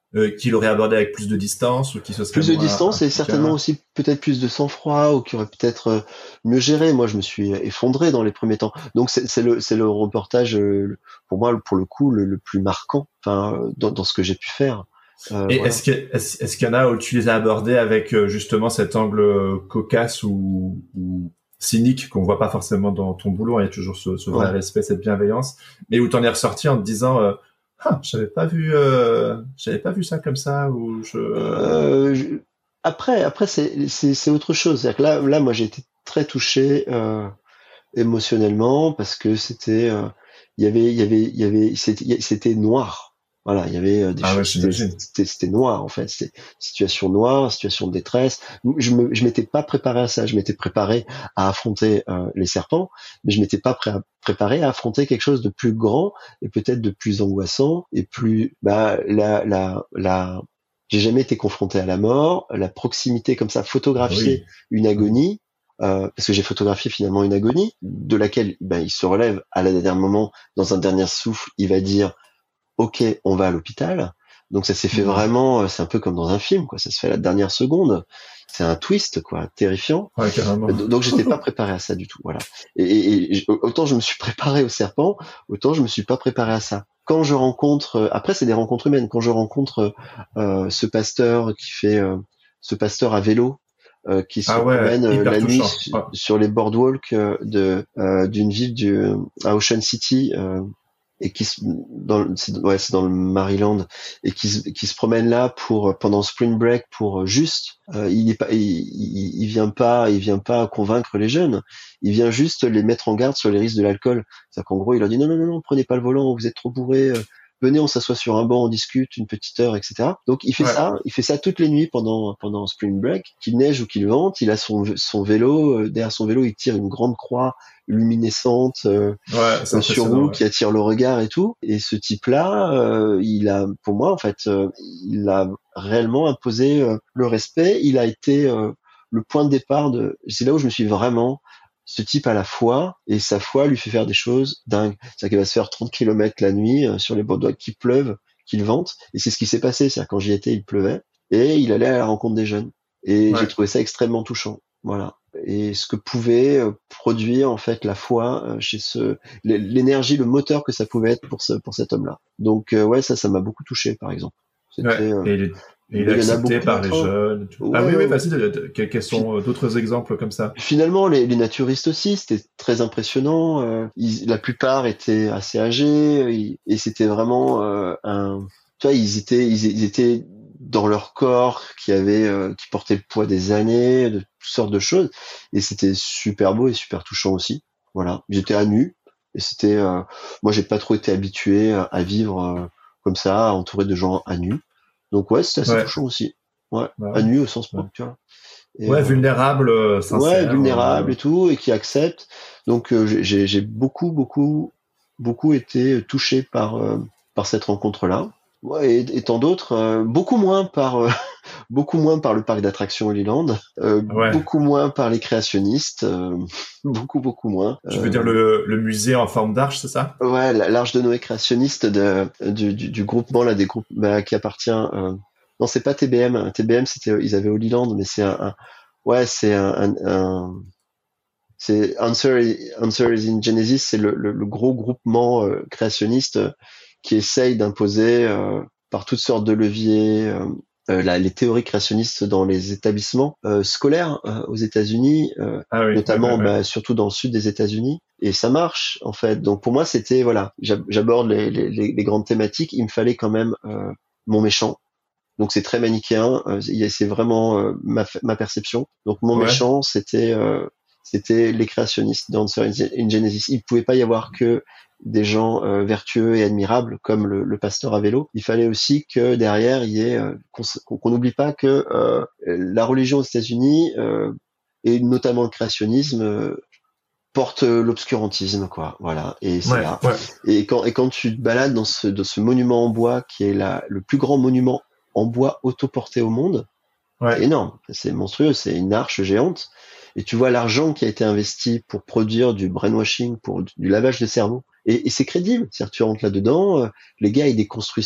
D: euh, qu'il aurait abordé avec plus de distance ou qui se serait
B: plus de
D: moins
B: distance et
D: impliqué.
B: certainement aussi peut-être plus de sang-froid ou qui aurait peut-être euh, mieux géré. Moi, je me suis effondré dans les premiers temps. Donc c'est, c'est le c'est le reportage euh, pour moi pour le coup le, le plus marquant. Enfin, dans, dans ce que j'ai pu faire. Euh,
D: Et
B: voilà.
D: est-ce que est-ce, est-ce qu'il y en a où tu les as abordés avec euh, justement cet angle euh, cocasse ou, ou cynique qu'on voit pas forcément dans ton boulot, hein, il y a toujours ce, ce vrai
B: Ouais.
D: respect, cette bienveillance, mais où t'en es ressorti en te disant euh, ah, j'avais pas vu euh, j'avais pas vu ça comme ça ou je
B: Euh, je- Après, après c'est c'est c'est autre chose. C'est-à-dire que là, là, moi, j'ai été très touché euh, émotionnellement parce que c'était, euh, il y avait, il y avait, il y avait, c'était, c'était noir. Voilà, il y avait euh, des
D: ah ouais,
B: choses, c'était,
D: j'imagine.
B: c'était, c'était noir en fait. C'était situation noire, situation de détresse. Je me, je m'étais pas préparé à ça. Je m'étais préparé à affronter euh, les serpents, mais je m'étais pas pré- préparé à affronter quelque chose de plus grand et peut-être de plus angoissant et plus, bah, la, la, la. J'ai jamais été confronté à la mort, la proximité comme ça, photographier
D: Oui.
B: une agonie. Euh, parce que j'ai photographié finalement une agonie de laquelle ben, il se relève à la dernière moment, dans un dernier souffle, il va dire ok, on va à l'hôpital. Donc ça s'est fait
D: Mmh.
B: vraiment, c'est un peu comme dans un film, quoi. Ça se fait à la dernière seconde. C'est un twist, quoi, terrifiant.
D: Ouais, carrément.
B: Donc j'étais pas préparé à ça du tout, voilà. Et, et, et autant je me suis préparé au serpent, autant je me suis pas préparé à ça. Quand je rencontre, après c'est des rencontres humaines. Quand je rencontre euh, ce pasteur qui fait, euh, ce pasteur à vélo. Euh, qui se
D: Ah ouais,
B: promène euh,
D: hyper
B: la nuit
D: touchant.
B: su-
D: Ouais.
B: sur les boardwalks euh, de euh, d'une ville du à Ocean City euh, et qui se dans le- c'est, ouais c'est dans le Maryland et qui se, qui se promène là pour pendant spring break pour juste euh, il est pas il, il, il vient pas il vient pas convaincre les jeunes, il vient juste les mettre en garde sur les risques de l'alcool. C'est-à-dire qu'en gros il leur dit non non non non prenez pas le volant, vous êtes trop bourrés, euh, venez on s'assoit sur un banc, on discute une petite heure, et cetera. Donc il fait
D: Ouais.
B: ça, il fait ça toutes les nuits pendant pendant spring break, qu'il neige ou qu'il vente, il a son son vélo, euh, derrière son vélo il tire une grande croix luminescente euh,
D: Ouais, c'est
B: euh, sur
D: impressionnant.
B: vous
D: Ouais.
B: qui attire le regard et tout. Et ce type-là, euh, il a, pour moi en fait, euh, il a réellement imposé euh, le respect. Il a été euh, le point de départ de. C'est là où je me suis vraiment. Ce type a la foi et sa foi lui fait faire des choses dingues. C'est-à-dire qu'il va se faire trente kilomètres la nuit euh, sur les bords qu'il pleuve, qu'il vente. Et c'est ce qui s'est passé. C'est-à-dire quand j'y étais, il pleuvait et il allait à la rencontre des jeunes. Et
D: Ouais.
B: j'ai trouvé ça extrêmement touchant. Voilà. Et ce que pouvait euh, produire en fait la foi euh, chez ce l'énergie, le moteur que ça pouvait être pour ce pour cet homme-là. Donc euh, ouais, ça ça m'a beaucoup touché par exemple. C'était
D: Ouais.
B: euh,
D: Et il est, et il est
B: mais il y en a
D: accepté
B: beaucoup
D: par les
B: d'autres, hein.
D: jeunes. et tout.
B: Ouais,
D: ah oui, oui,
B: ouais.
D: vas-y. de- de- de- Quels sont euh, d'autres exemples comme ça?
B: Finalement, les, les naturistes aussi, c'était très impressionnant. Euh, ils, la plupart étaient assez âgés ils- et c'était vraiment euh, un. Tu vois, ils étaient, ils, ils étaient dans leur corps qui avait, euh, qui portait le poids des années, de toutes sortes de choses, et c'était super beau et super touchant aussi. Voilà, j'étais à nu et c'était. Euh, moi, j'ai pas trop été habitué à, à vivre euh, comme ça, entouré de gens à nu. Donc ouais, c'était assez
D: Ouais.
B: touchant aussi. Ouais,
D: Bah
B: à
D: ouais.
B: nu au sens
D: Ouais.
B: propre, tu vois. Et,
D: Ouais,
B: euh,
D: vulnérable, euh, sincère.
B: ouais, vulnérable
D: euh,
B: et tout, et qui accepte. Donc euh, j'ai- j'ai j'ai beaucoup, beaucoup, beaucoup été touché par euh, par cette rencontre-là. Ouais, et, et tant d'autres, euh, beaucoup moins par euh, beaucoup moins par le parc d'attractions Holyland, euh,
D: Ouais.
B: beaucoup moins par les créationnistes, euh, beaucoup beaucoup moins.
D: Tu
B: Euh,
D: veux dire le, le musée en forme d'arche, c'est ça?
B: Ouais, la- l'Arche de Noé créationniste de, du, du, du groupement là des groupes bah, qui appartient. Euh, non, c'est pas T B M. T B M, c'était ils avaient Holyland, mais c'est un, un ouais, c'est un, un, un c'est Answer, Answer is in Genesis, c'est le, le, le gros groupement euh, créationniste euh, qui essaye d'imposer euh, par toutes sortes de leviers euh, euh, la, les théories créationnistes dans les établissements euh, scolaires euh, aux États-Unis, euh,
D: Ah oui.
B: notamment
D: ouais, ouais, ouais.
B: bah, surtout dans le sud des États-Unis, et ça marche en fait. Donc pour moi c'était voilà, j'ab- j'aborde les, les, les, les grandes thématiques, il me fallait quand même euh, mon méchant. Donc c'est très manichéen, euh, c'est vraiment euh, ma, ma perception. Donc mon
D: Ouais.
B: méchant c'était euh, c'était les créationnistes d'Answer in Genesis. Il ne pouvait pas y avoir que des gens euh, vertueux et admirables comme le, le pasteur à vélo. Il fallait aussi que derrière il y ait euh, qu'on qu'on n'oublie pas que euh, la religion aux États-Unis euh, et notamment le créationnisme euh, porte l'obscurantisme, quoi. Voilà, et c'est
D: Ouais,
B: là.
D: ouais.
B: Et quand et quand tu te balades dans ce dans ce monument en bois qui est la le plus grand monument en bois autoporté au monde,
D: Ouais.
B: c'est énorme, c'est monstrueux, c'est une arche géante. Et tu vois l'argent qui a été investi pour produire du brainwashing, pour du lavage de cerveau. Et, et c'est crédible. C'est-à-dire, tu rentres là-dedans, euh, les gars, ils déconstruisent tout.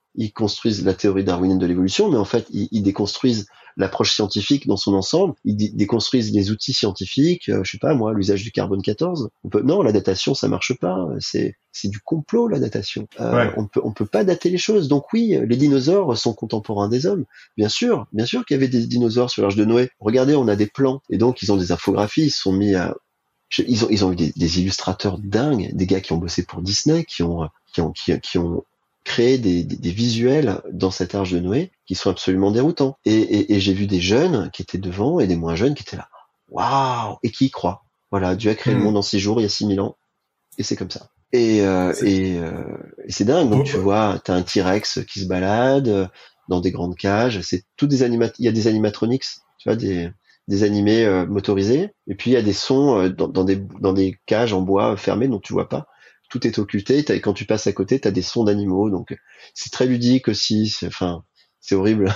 B: ils construisent la théorie darwinienne de l'évolution, mais en fait, ils, ils déconstruisent l'approche scientifique dans son ensemble, ils dé- déconstruisent les outils scientifiques, euh, je sais pas moi, l'usage du carbone quatorze. On peut, non, la datation, ça marche pas, c'est c'est du complot, la datation. Euh,
D: Ouais.
B: On peut on peut pas dater les choses. Donc oui, les dinosaures sont contemporains des hommes, bien sûr, bien sûr qu'il y avait des dinosaures sur l'Arche de Noé. Regardez, on a des plans, et donc ils ont des infographies, ils se sont mis à je- Ils ont, ils ont eu des, des illustrateurs dingues, des gars qui ont bossé pour Disney, qui ont, qui ont, qui, qui ont créé des, des, des visuels dans cette Arche de Noé qui sont absolument déroutants. Et, et, et j'ai vu des jeunes qui étaient devant et des moins jeunes qui étaient là. Waouh! Et qui y croient. Voilà, Dieu a créé
D: Mm.
B: le monde en six jours, il y a six mille ans. Et c'est comme ça. Et, euh,
D: C'est-
B: et, euh, et c'est dingue. Donc
D: Bon,
B: tu vois, t'as un T-Rex qui se balade euh, dans des grandes cages. C'est tout des animat, il y a des animatronics, tu vois, des, des animés euh, motorisés. Et puis il y a des sons euh, dans, dans des dans des cages en bois fermées dont tu vois pas. Tout est occulté. T'as- Et quand tu passes à côté, t'as des sons d'animaux. Donc c'est très ludique aussi. C'est, enfin, c'est horrible.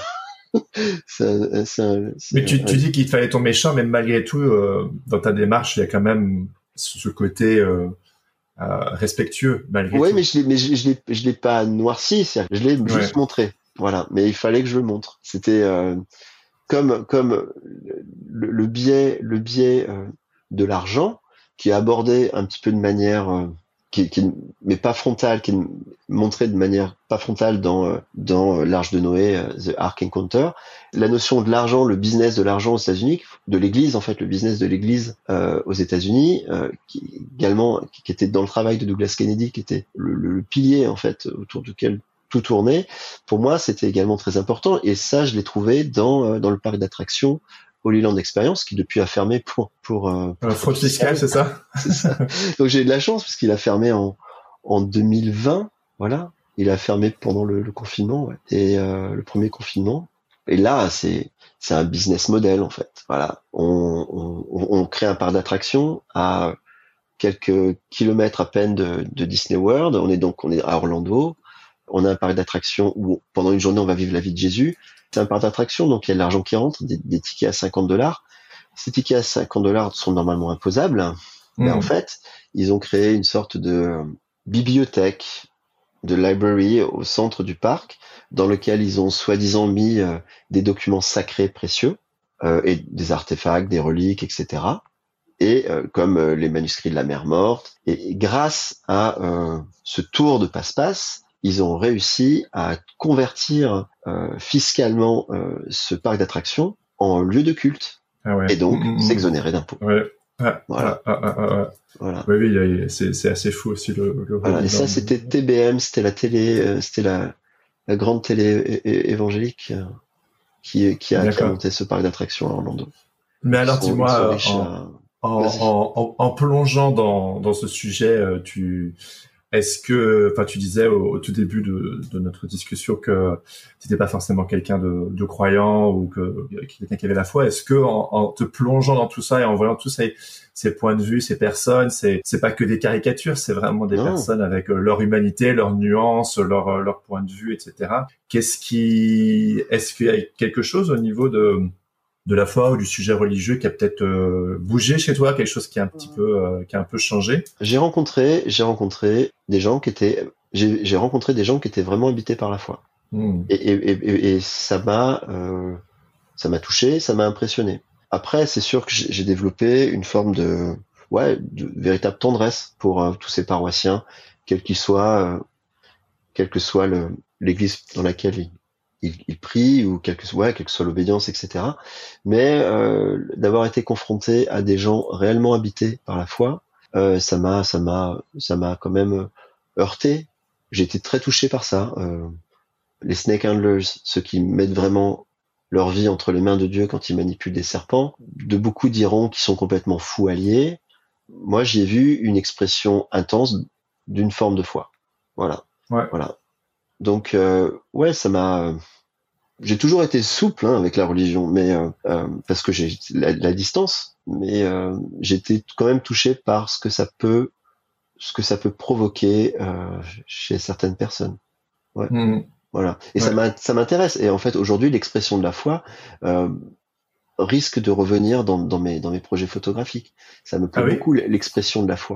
B: c'est un- c'est un- c'est
D: Mais tu,
B: un-
D: tu dis qu'il te fallait ton méchant, mais malgré tout, euh, dans ta démarche, il y a quand même ce ce côté euh, euh, respectueux, malgré
B: Ouais,
D: tout.
B: mais je l'ai, mais je, je l'ai, je l'ai pas noirci. C'est-à-dire que je l'ai
D: Ouais.
B: juste montré. Voilà. Mais il fallait que je le montre. C'était euh, comme comme le, le biais le biais euh, de l'argent qui est abordé un petit peu de manière euh, qui, qui mais pas frontale, qui est montré de manière pas frontale dans euh, dans euh, l'Arche de Noé, euh, The Ark Encounter. La notion de l'argent, le business de l'argent aux États-Unis, de l'Église en fait, le business de l'Église euh, aux États-Unis, euh, qui également qui, qui était dans le travail de Douglas Kennedy, qui était le, le, le pilier en fait autour duquel tout tournait. Pour moi, c'était également très important, et ça, je l'ai trouvé dans euh, dans le parc d'attractions Holy Land Experience, qui depuis a fermé pour pour, euh, pour
D: Euh, fraude fiscale, c'est ça?
B: c'est ça. Donc j'ai eu de la chance parce qu'il a fermé en en deux mille vingt, voilà. Il a fermé pendant le, le confinement, ouais. Et euh, le premier confinement. Et là, c'est c'est un business model en fait. Voilà, on on, on crée un parc d'attractions à quelques kilomètres à peine de, de Disney World. On est donc on est à Orlando. On a un parc d'attractions où pendant une journée on va vivre la vie de Jésus. C'est un parc d'attractions, donc il y a de l'argent qui rentre, des, des tickets à cinquante dollars. Ces tickets à cinquante dollars sont normalement imposables, mais
D: Mm.
B: en fait, ils ont créé une sorte de bibliothèque, de library au centre du parc, dans lequel ils ont soi-disant mis euh, des documents sacrés précieux, euh, et des artefacts, des reliques, et cetera. Et euh, comme euh, les manuscrits de la mer morte. Et, et grâce à euh, ce tour de passe-passe, ils ont réussi à convertir euh, fiscalement euh, ce parc d'attractions en lieu de culte,
D: Ah ouais.
B: et donc
D: Mm, mm, mm.
B: s'exonérer d'impôts.
D: Ouais. Ah,
B: Voilà.
D: ah, ah, ah, ah.
B: Voilà.
D: Oui, oui, il y a- c'est, c'est assez fou aussi le. le
B: Voilà. Et ça, c'était T B M, c'était la télé, euh, c'était la, la grande télé é- é- évangélique euh, qui, qui, a, qui a
D: D'accord.
B: monté ce parc d'attractions à Orlando.
D: Mais alors,
B: Ils sont- ils sont
D: dis-moi,
B: riches,
D: en,
B: euh,
D: en,
B: Vas-y.
D: en, en, en plongeant dans, dans ce sujet, euh, tu, est-ce que, enfin, tu disais au, au tout début de, de notre discussion que tu n'étais pas forcément quelqu'un de, de croyant ou que quelqu'un qui avait la foi. Est-ce que en, en te plongeant dans tout ça et en voyant tous ces, ces points de vue, ces personnes, c'est, c'est pas que des caricatures, c'est vraiment des
B: Non.
D: personnes avec euh, leur humanité, leurs nuances, leur, euh, leur point de vue, et cetera. Qu'est-ce qui, est-ce qu'il y a quelque chose au niveau de de la foi ou du sujet religieux qui a peut-être euh, bougé chez toi, quelque chose qui a un petit peu euh, qui a un peu changé?
B: J'ai rencontré, j'ai rencontré des gens qui étaient, j'ai, j'ai rencontré des gens qui étaient vraiment habités par la foi.
D: Hmm.
B: Et, et, et, et ça m'a, euh, ça m'a touché, ça m'a impressionné. Après, c'est sûr que j'ai, j'ai développé une forme de, ouais, de véritable tendresse pour euh, tous ces paroissiens, quel qu'ils soient, euh, quelle que soit le, l'église dans laquelle ils, ils, ils prient, ou quelle que soit, ouais, quelle que soit l'obédience, et cetera. Mais euh, d'avoir été confronté à des gens réellement habités par la foi, euh, ça m'a, ça m'a, ça m'a quand même heurté. J'ai été très touché par ça. Euh, les snake handlers, ceux qui mettent vraiment leur vie entre les mains de Dieu quand ils manipulent des serpents, de beaucoup diront qu'ils sont complètement fous alliés. Moi, j'y ai vu une expression intense d'une forme de foi. Voilà.
D: Ouais.
B: Voilà. Donc, euh, ouais, ça m'a. J'ai toujours été souple hein, avec la religion, mais euh, euh, parce que j'ai la, la distance, mais euh, j'ai été quand même touché par ce que ça peut, ce que ça peut provoquer euh, chez certaines personnes. Ouais.
D: Hmm.
B: Voilà. Et
D: Ouais.
B: ça m'in- ça m'intéresse. Et en fait, aujourd'hui, l'expression de la foi euh, risque de revenir dans, dans mes dans mes projets photographiques. Ça me plaît
D: Ah oui?
B: beaucoup l'expression de la foi.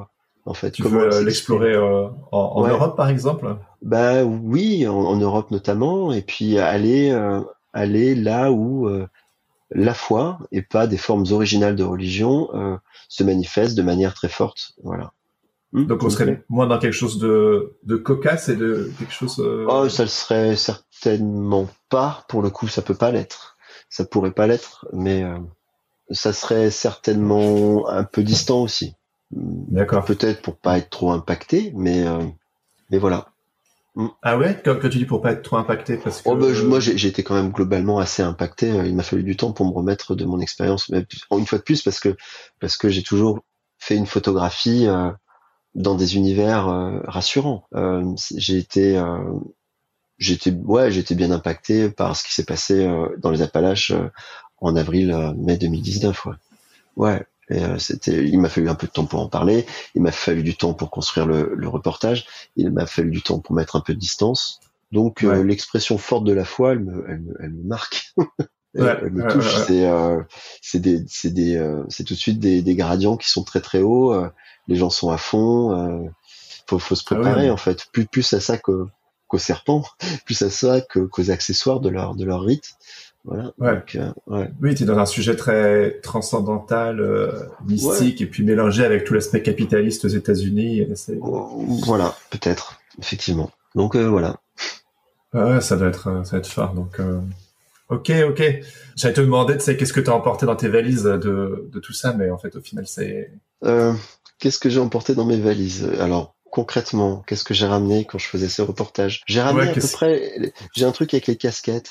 B: en fait.
D: Tu
B: Comment
D: veux l'explorer euh, en, en ouais. Europe, par exemple?
B: Ben oui, en, en Europe notamment, et puis aller euh, aller là où euh, la foi et pas des formes originales de religion euh, se manifestent de manière très forte. Voilà.
D: Donc on serait moins dans quelque chose de, de cocasse et de quelque chose... Euh...
B: Oh, ça le serait certainement pas, pour le coup, ça peut pas l'être. Ça pourrait pas l'être, mais euh, ça serait certainement un peu distant aussi.
D: D'accord.
B: Peut-être pour pas être trop impacté, mais, euh, mais voilà.
D: Ah ouais, quand, quand tu dis pour pas être trop impacté, parce que...
B: Oh ben, je, moi j'ai, j'ai été quand même globalement assez impacté. Il m'a fallu du temps pour me remettre de mon expérience, mais une fois de plus parce que parce que j'ai toujours fait une photographie euh, dans des univers euh, rassurants. Euh, j'ai été euh, j'étais ouais j'ai été bien impacté par ce qui s'est passé euh, dans les Appalaches euh, en avril euh, mai deux mille dix-neuf. Ouais. Ouais. Et euh, c'était, il m'a fallu un peu de temps pour en parler. Il m'a fallu du temps pour construire le, le reportage. Il m'a fallu du temps pour mettre un peu de distance. Donc ouais. euh, l'expression forte de la foi, elle me, elle me, elle me marque. elle,
D: ouais,
B: elle me
D: ouais,
B: touche.
D: Ouais, ouais.
B: C'est, euh, c'est des, c'est des, euh, c'est tout de suite des, des gradients qui sont très très hauts. Euh, les gens sont à fond. Euh, faut, faut se préparer ah oui, en fait. Plus, plus à ça que, qu'aux serpents, plus à ça que, qu'aux accessoires de leur, de leur rite. Voilà.
D: Ouais.
B: Donc, euh, ouais.
D: Oui, tu es dans un sujet très transcendantal, euh, mystique, ouais. Et puis mélangé avec tout l'aspect capitaliste aux États-Unis. C'est...
B: Voilà, peut-être, effectivement. Donc euh, voilà.
D: Ouais, ça doit être, ça doit être fort. Donc, euh... ok, ok. J'allais te demander, tu sais, qu'est-ce que tu as emporté dans tes valises de, de tout ça, mais en fait, au final, c'est.
B: Euh, qu'est-ce que j'ai emporté dans mes valises ? Alors. Concrètement, qu'est-ce que j'ai ramené quand je faisais ces reportages ? J'ai ramené ouais, à peu près. J'ai un truc avec les casquettes.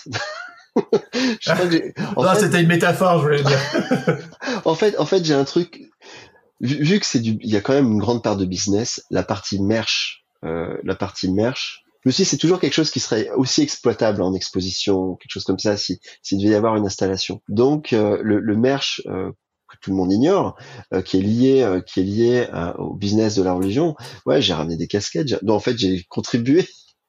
D: je crois que j'ai... En non, fait... c'était une métaphore, je voulais dire.
B: en fait, en fait, j'ai un truc. Vu, vu que c'est du, il y a quand même une grande part de business. La partie merch, euh, la partie merch. Je me suis dit, c'est toujours quelque chose qui serait aussi exploitable en exposition, quelque chose comme ça, si s'il devait y avoir une installation. Donc, euh, le, le merch. Euh, que tout le monde ignore, euh, qui est lié, euh, qui est lié euh, au business de la religion. Ouais, j'ai ramené des casquettes. J'ai... Donc en fait, j'ai contribué.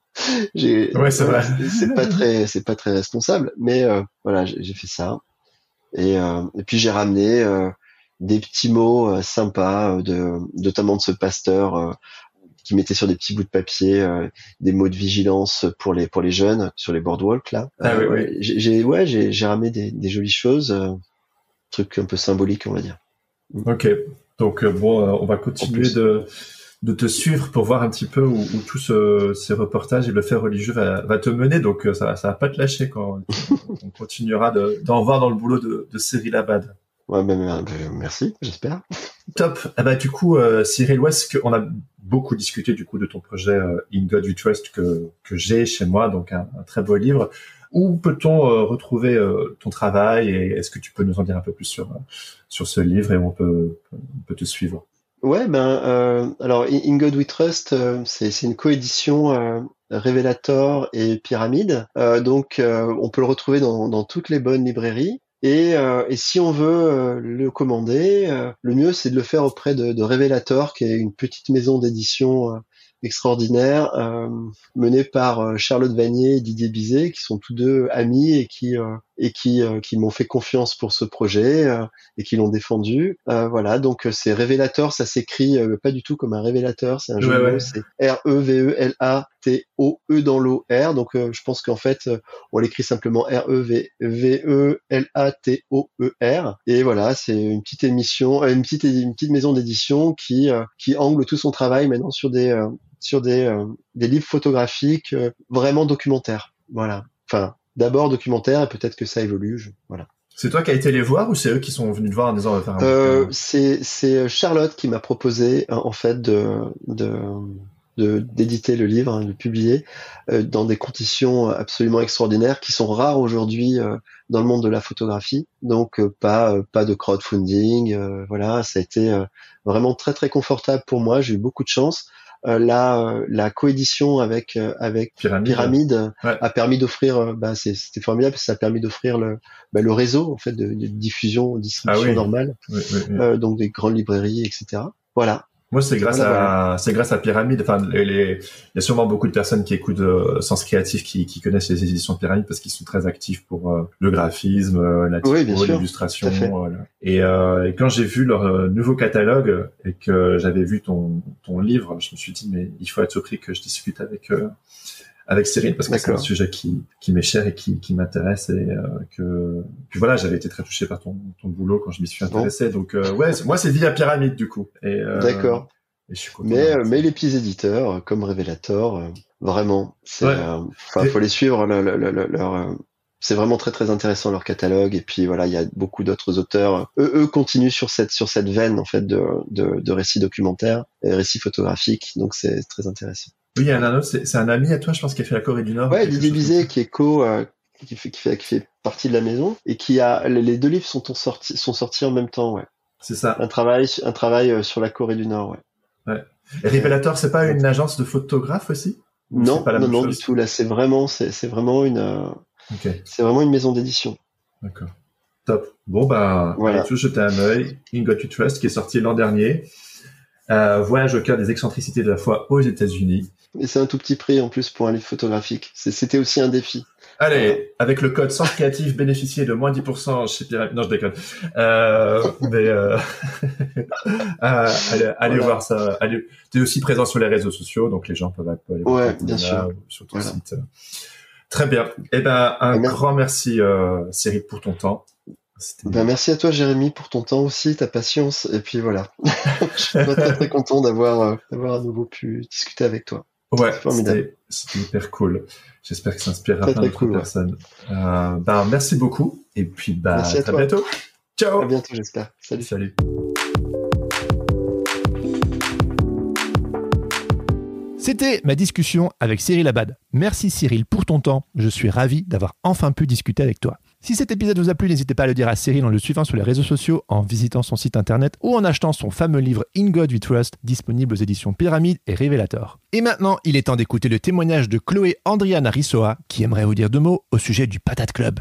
B: j'ai...
D: Ouais, c'est vrai.
B: C'est, c'est pas très, c'est pas très responsable, mais euh, voilà, j'ai, j'ai fait ça. Et, euh, et puis j'ai ramené euh, des petits mots euh, sympas, de, notamment de ce pasteur euh, qui mettait sur des petits bouts de papier euh, des mots de vigilance pour les pour les jeunes sur les boardwalks là.
D: Ah
B: euh,
D: oui, oui.
B: J'ai, j'ai ouais, j'ai, j'ai ramené des, des jolies choses. Euh, truc un peu symbolique, on va dire.
D: Ok, donc euh, bon, euh, on va continuer de de te suivre pour voir un petit peu où, où tous ce, ces reportages et le fait religieux va, va te mener. Donc euh, ça va, ça va pas te lâcher quand on continuera de, d'en voir dans le boulot de, de Cyril Abad.
B: Ouais, ben, ben, ben merci, j'espère.
D: Top. Ah bah du coup, euh, Cyril, où est-ce qu'on a beaucoup discuté du coup de ton projet euh, In God We Trust que que j'ai chez moi, donc un, un très beau livre. Où peut-on euh, retrouver euh, ton travail et est-ce que tu peux nous en dire un peu plus sur euh, sur ce livre et où on peut on peut te suivre?
B: Ouais, ben euh, alors In God We Trust, euh, c'est c'est une coédition euh, Revelator et Pyramide, euh, donc euh, on peut le retrouver dans dans toutes les bonnes librairies. Et, euh, et si on veut euh, le commander, euh, le mieux c'est de le faire auprès de, de Revelator, qui est une petite maison d'édition euh, extraordinaire, euh, menée par euh, Charlotte Vanier et Didier Bizet, qui sont tous deux amis et qui euh, et qui euh, qui m'ont fait confiance pour ce projet euh, et qui l'ont défendu. Euh, voilà, donc c'est Revelator, ça s'écrit euh, pas du tout comme un révélateur, c'est un jeu de mots, c'est R E V E L A T O E dans l'O R. Donc euh, je pense qu'en fait euh, on l'écrit simplement R E V E L A T O E R. Et voilà, c'est une petite émission, euh, une petite une petite maison d'édition qui euh, qui angle tout son travail maintenant sur des euh, sur des euh, des livres photographiques euh, vraiment documentaires. Voilà. Enfin, d'abord documentaire et peut-être que ça évolue. Je... Voilà.
D: C'est toi qui as été les voir ou c'est eux qui sont venus te voir en disant on va faire un
B: euh, c'est c'est Charlotte qui m'a proposé en fait de de de d'éditer le livre, hein, de publier euh, dans des conditions absolument extraordinaires qui sont rares aujourd'hui euh, dans le monde de la photographie. Donc euh, pas euh, pas de crowdfunding, euh, voilà, ça a été euh, vraiment très très confortable pour moi. J'ai eu beaucoup de chance. Euh, la euh, la coédition avec euh, avec Pyramide, Pyramide ouais. a permis d'offrir euh, bah c'est, c'était formidable parce que ça a permis d'offrir le bah, le réseau en fait de, de diffusion distribution ah oui. normale
D: oui, oui, oui.
B: Euh, donc des grandes librairies etc. Voilà.
D: Moi, c'est grâce
B: voilà,
D: à,
B: voilà.
D: c'est grâce à Pyramide. Enfin, les, les, il y a sûrement beaucoup de personnes qui écoutent euh, Sens Créatif qui, qui connaissent les éditions Pyramide parce qu'ils sont très actifs pour euh, le graphisme, euh, la
B: Oui,
D: typo, l'illustration.
B: Tout à fait.
D: Voilà. Et, euh, et quand j'ai vu leur euh, nouveau catalogue et que j'avais vu ton, ton livre, je me suis dit, mais il faut à tout prix que je discute avec, euh, avec Cyril parce que
B: D'accord.
D: c'est un sujet qui, qui m'est cher et qui, qui m'intéresse et euh, que, puis voilà, j'avais été très touché par ton, ton boulot quand je m'y suis intéressé. Bon. Donc, euh, ouais, moi, c'est via Pyramide, du coup. Et, euh,
B: D'accord.
D: Et je suis content
B: mais
D: euh,
B: mais les petits éditeurs euh, comme Revelator, euh, vraiment, c'est,
D: ouais.
B: enfin, euh, faut les suivre. Le, le, le, leur, euh, c'est vraiment très très intéressant leur catalogue. Et puis voilà, il y a beaucoup d'autres auteurs. Eux, eux continuent sur cette sur cette veine en fait de de, de récits documentaires, et récits photographiques. Donc c'est très intéressant.
D: Oui, il y en a un autre. C'est, c'est un ami à toi, je pense, qui a fait la Corée du Nord.
B: Ouais, Didier Bizet, qui est co, euh, qui fait qui fait qui fait partie de la maison et qui a les, les deux livres sont sortis sont sortis en même temps. Ouais.
D: C'est ça.
B: Un travail un travail sur la Corée du Nord. Ouais.
D: Ouais. Et Revelator, c'est pas une agence de photographes aussi? Ou
B: Non,
D: c'est pas la
B: non,
D: même
B: non,
D: chose
B: du tout. Là, c'est vraiment, c'est, c'est vraiment une, euh,
D: okay.
B: c'est vraiment une maison d'édition.
D: D'accord. Top. Bon, bah,
B: voilà.
D: allez tous jeter un œil. In God You Trust, qui est sorti l'an dernier. Euh, Voyage au cœur des excentricités de la foi aux États-Unis.
B: Et c'est un tout petit prix, en plus, pour un livre photographique. C'est, c'était aussi un défi.
D: Allez, voilà. Avec le code Sens Créatif, bénéficiez de moins dix pour cent chez Pyramide. Non, je déconne. Euh, mais, euh, euh, allez, allez voilà. voir ça. Allez. T'es aussi présent sur les réseaux sociaux, donc les gens peuvent aller voir
B: ouais, bien sûr.
D: sur ton voilà. site. Très bien. Eh ben, un merci. grand merci, euh, Cyril, pour ton temps.
B: Ben, merci à toi, Jérémy, pour ton temps aussi, ta patience. Et puis voilà. Je suis très, très content d'avoir, euh, d'avoir à nouveau pu discuter avec toi.
D: Ouais, c'était, c'était hyper cool. J'espère que ça inspirera très, plein d'autres cool, personnes. Ouais. Euh, ben, merci beaucoup. Et puis, bah,
B: merci à
D: très
B: toi.
D: bientôt. Ciao.
B: À bientôt, j'espère. Salut.
D: Salut.
C: C'était ma discussion avec Cyril Abad. Merci Cyril pour ton temps. Je suis ravi d'avoir enfin pu discuter avec toi. Si cet épisode vous a plu, n'hésitez pas à le dire à Cyril en le suivant sur les réseaux sociaux, en visitant son site internet ou en achetant son fameux livre In God We Trust, disponible aux éditions Pyramide et Revelator. Et maintenant, il est temps d'écouter le témoignage de Chloé Andriana Rissoa, qui aimerait vous dire deux mots au sujet du Patate Club.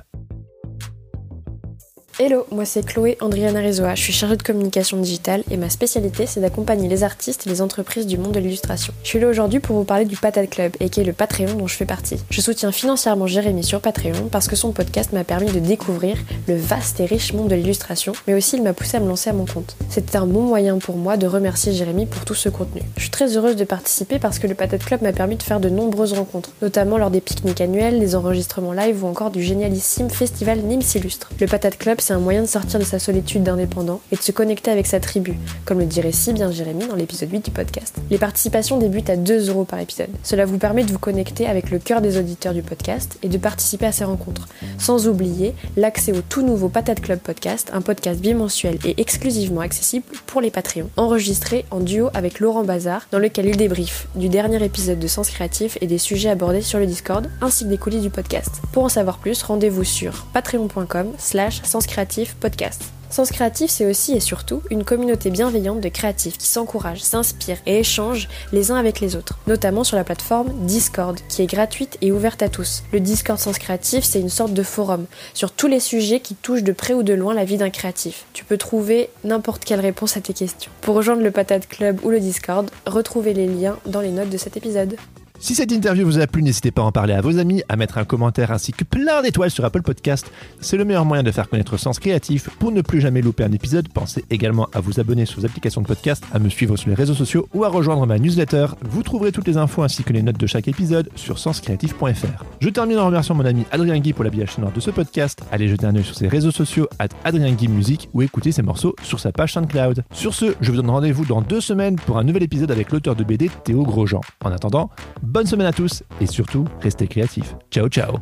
E: Hello, moi c'est Chloé Andriana Rissoa, je suis chargée de communication digitale et ma spécialité c'est d'accompagner les artistes et les entreprises du monde de l'illustration. Je suis là aujourd'hui pour vous parler du Patate Club et qui est le Patreon dont je fais partie. Je soutiens financièrement Jérémy sur Patreon parce que son podcast m'a permis de découvrir le vaste et riche monde de l'illustration, mais aussi il m'a poussé à me lancer à mon compte. C'était un bon moyen pour moi de remercier Jérémy pour tout ce contenu. Je suis très heureuse de participer parce que le Patate Club m'a permis de faire de nombreuses rencontres, notamment lors des pique-niques annuels, des enregistrements live ou encore du génialissime festival Nîmes s'illustre. Le Patate Club c'est un moyen de sortir de sa solitude d'indépendant et de se connecter avec sa tribu, comme le dirait si bien Jérémy dans l'épisode huit du podcast. Les participations débutent à deux euros par épisode. Cela vous permet de vous connecter avec le cœur des auditeurs du podcast et de participer à ces rencontres. Sans oublier l'accès au tout nouveau Patate Club Podcast, un podcast bimensuel et exclusivement accessible pour les Patreons, enregistré en duo avec Laurent Bazar, dans lequel il débriefe du dernier épisode de Sens Créatif et des sujets abordés sur le Discord, ainsi que des coulisses du podcast. Pour en savoir plus, rendez-vous sur patreon.com slash senscreatif podcast. Sens Créatif, c'est aussi et surtout une communauté bienveillante de créatifs qui s'encouragent, s'inspirent et échangent les uns avec les autres, notamment sur la plateforme Discord, qui est gratuite et ouverte à tous. Le Discord Sens Créatif, c'est une sorte de forum sur tous les sujets qui touchent de près ou de loin la vie d'un créatif. Tu peux trouver n'importe quelle réponse à tes questions. Pour rejoindre le Patate Club ou le Discord, retrouvez les liens dans les notes de cet épisode.
C: Si cette interview vous a plu, n'hésitez pas à en parler à vos amis, à mettre un commentaire ainsi que plein d'étoiles sur Apple Podcast. C'est le meilleur moyen de faire connaître Sens Créatif. Pour ne plus jamais louper un épisode, pensez également à vous abonner sur vos applications de podcast, à me suivre sur les réseaux sociaux ou à rejoindre ma newsletter. Vous trouverez toutes les infos ainsi que les notes de chaque épisode sur sens créatif point f r. Je termine en remerciant mon ami Adrien Guy pour l'habillage sonore de ce podcast. Allez jeter un œil sur ses réseaux sociaux at Adrien Guy Music ou écouter ses morceaux sur sa page SoundCloud. Sur ce, je vous donne rendez-vous dans deux semaines pour un nouvel épisode avec l'auteur de B D Théo Grosjean. En attendant, bonne semaine à tous et surtout, restez créatifs. Ciao, ciao.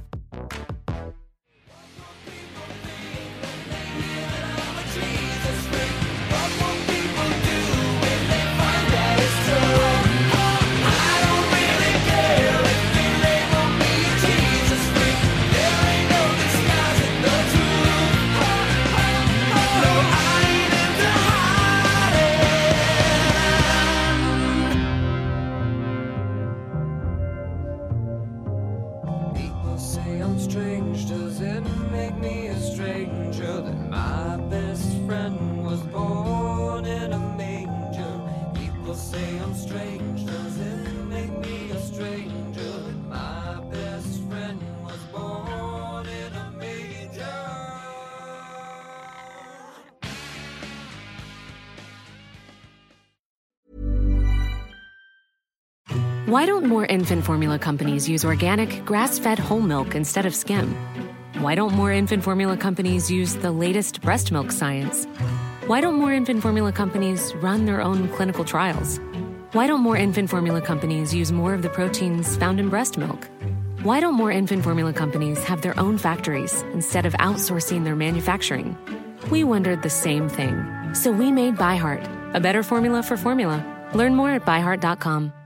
F: Why don't more infant formula companies use organic, grass-fed whole milk instead of skim? Why don't more infant formula companies use the latest breast milk science? Why don't more infant formula companies run their own clinical trials? Why don't more infant formula companies use more of the proteins found in breast milk? Why don't more infant formula companies have their own factories instead of outsourcing their manufacturing? We wondered the same thing. So we made ByHeart, a better formula for formula. Learn more at by heart dot com.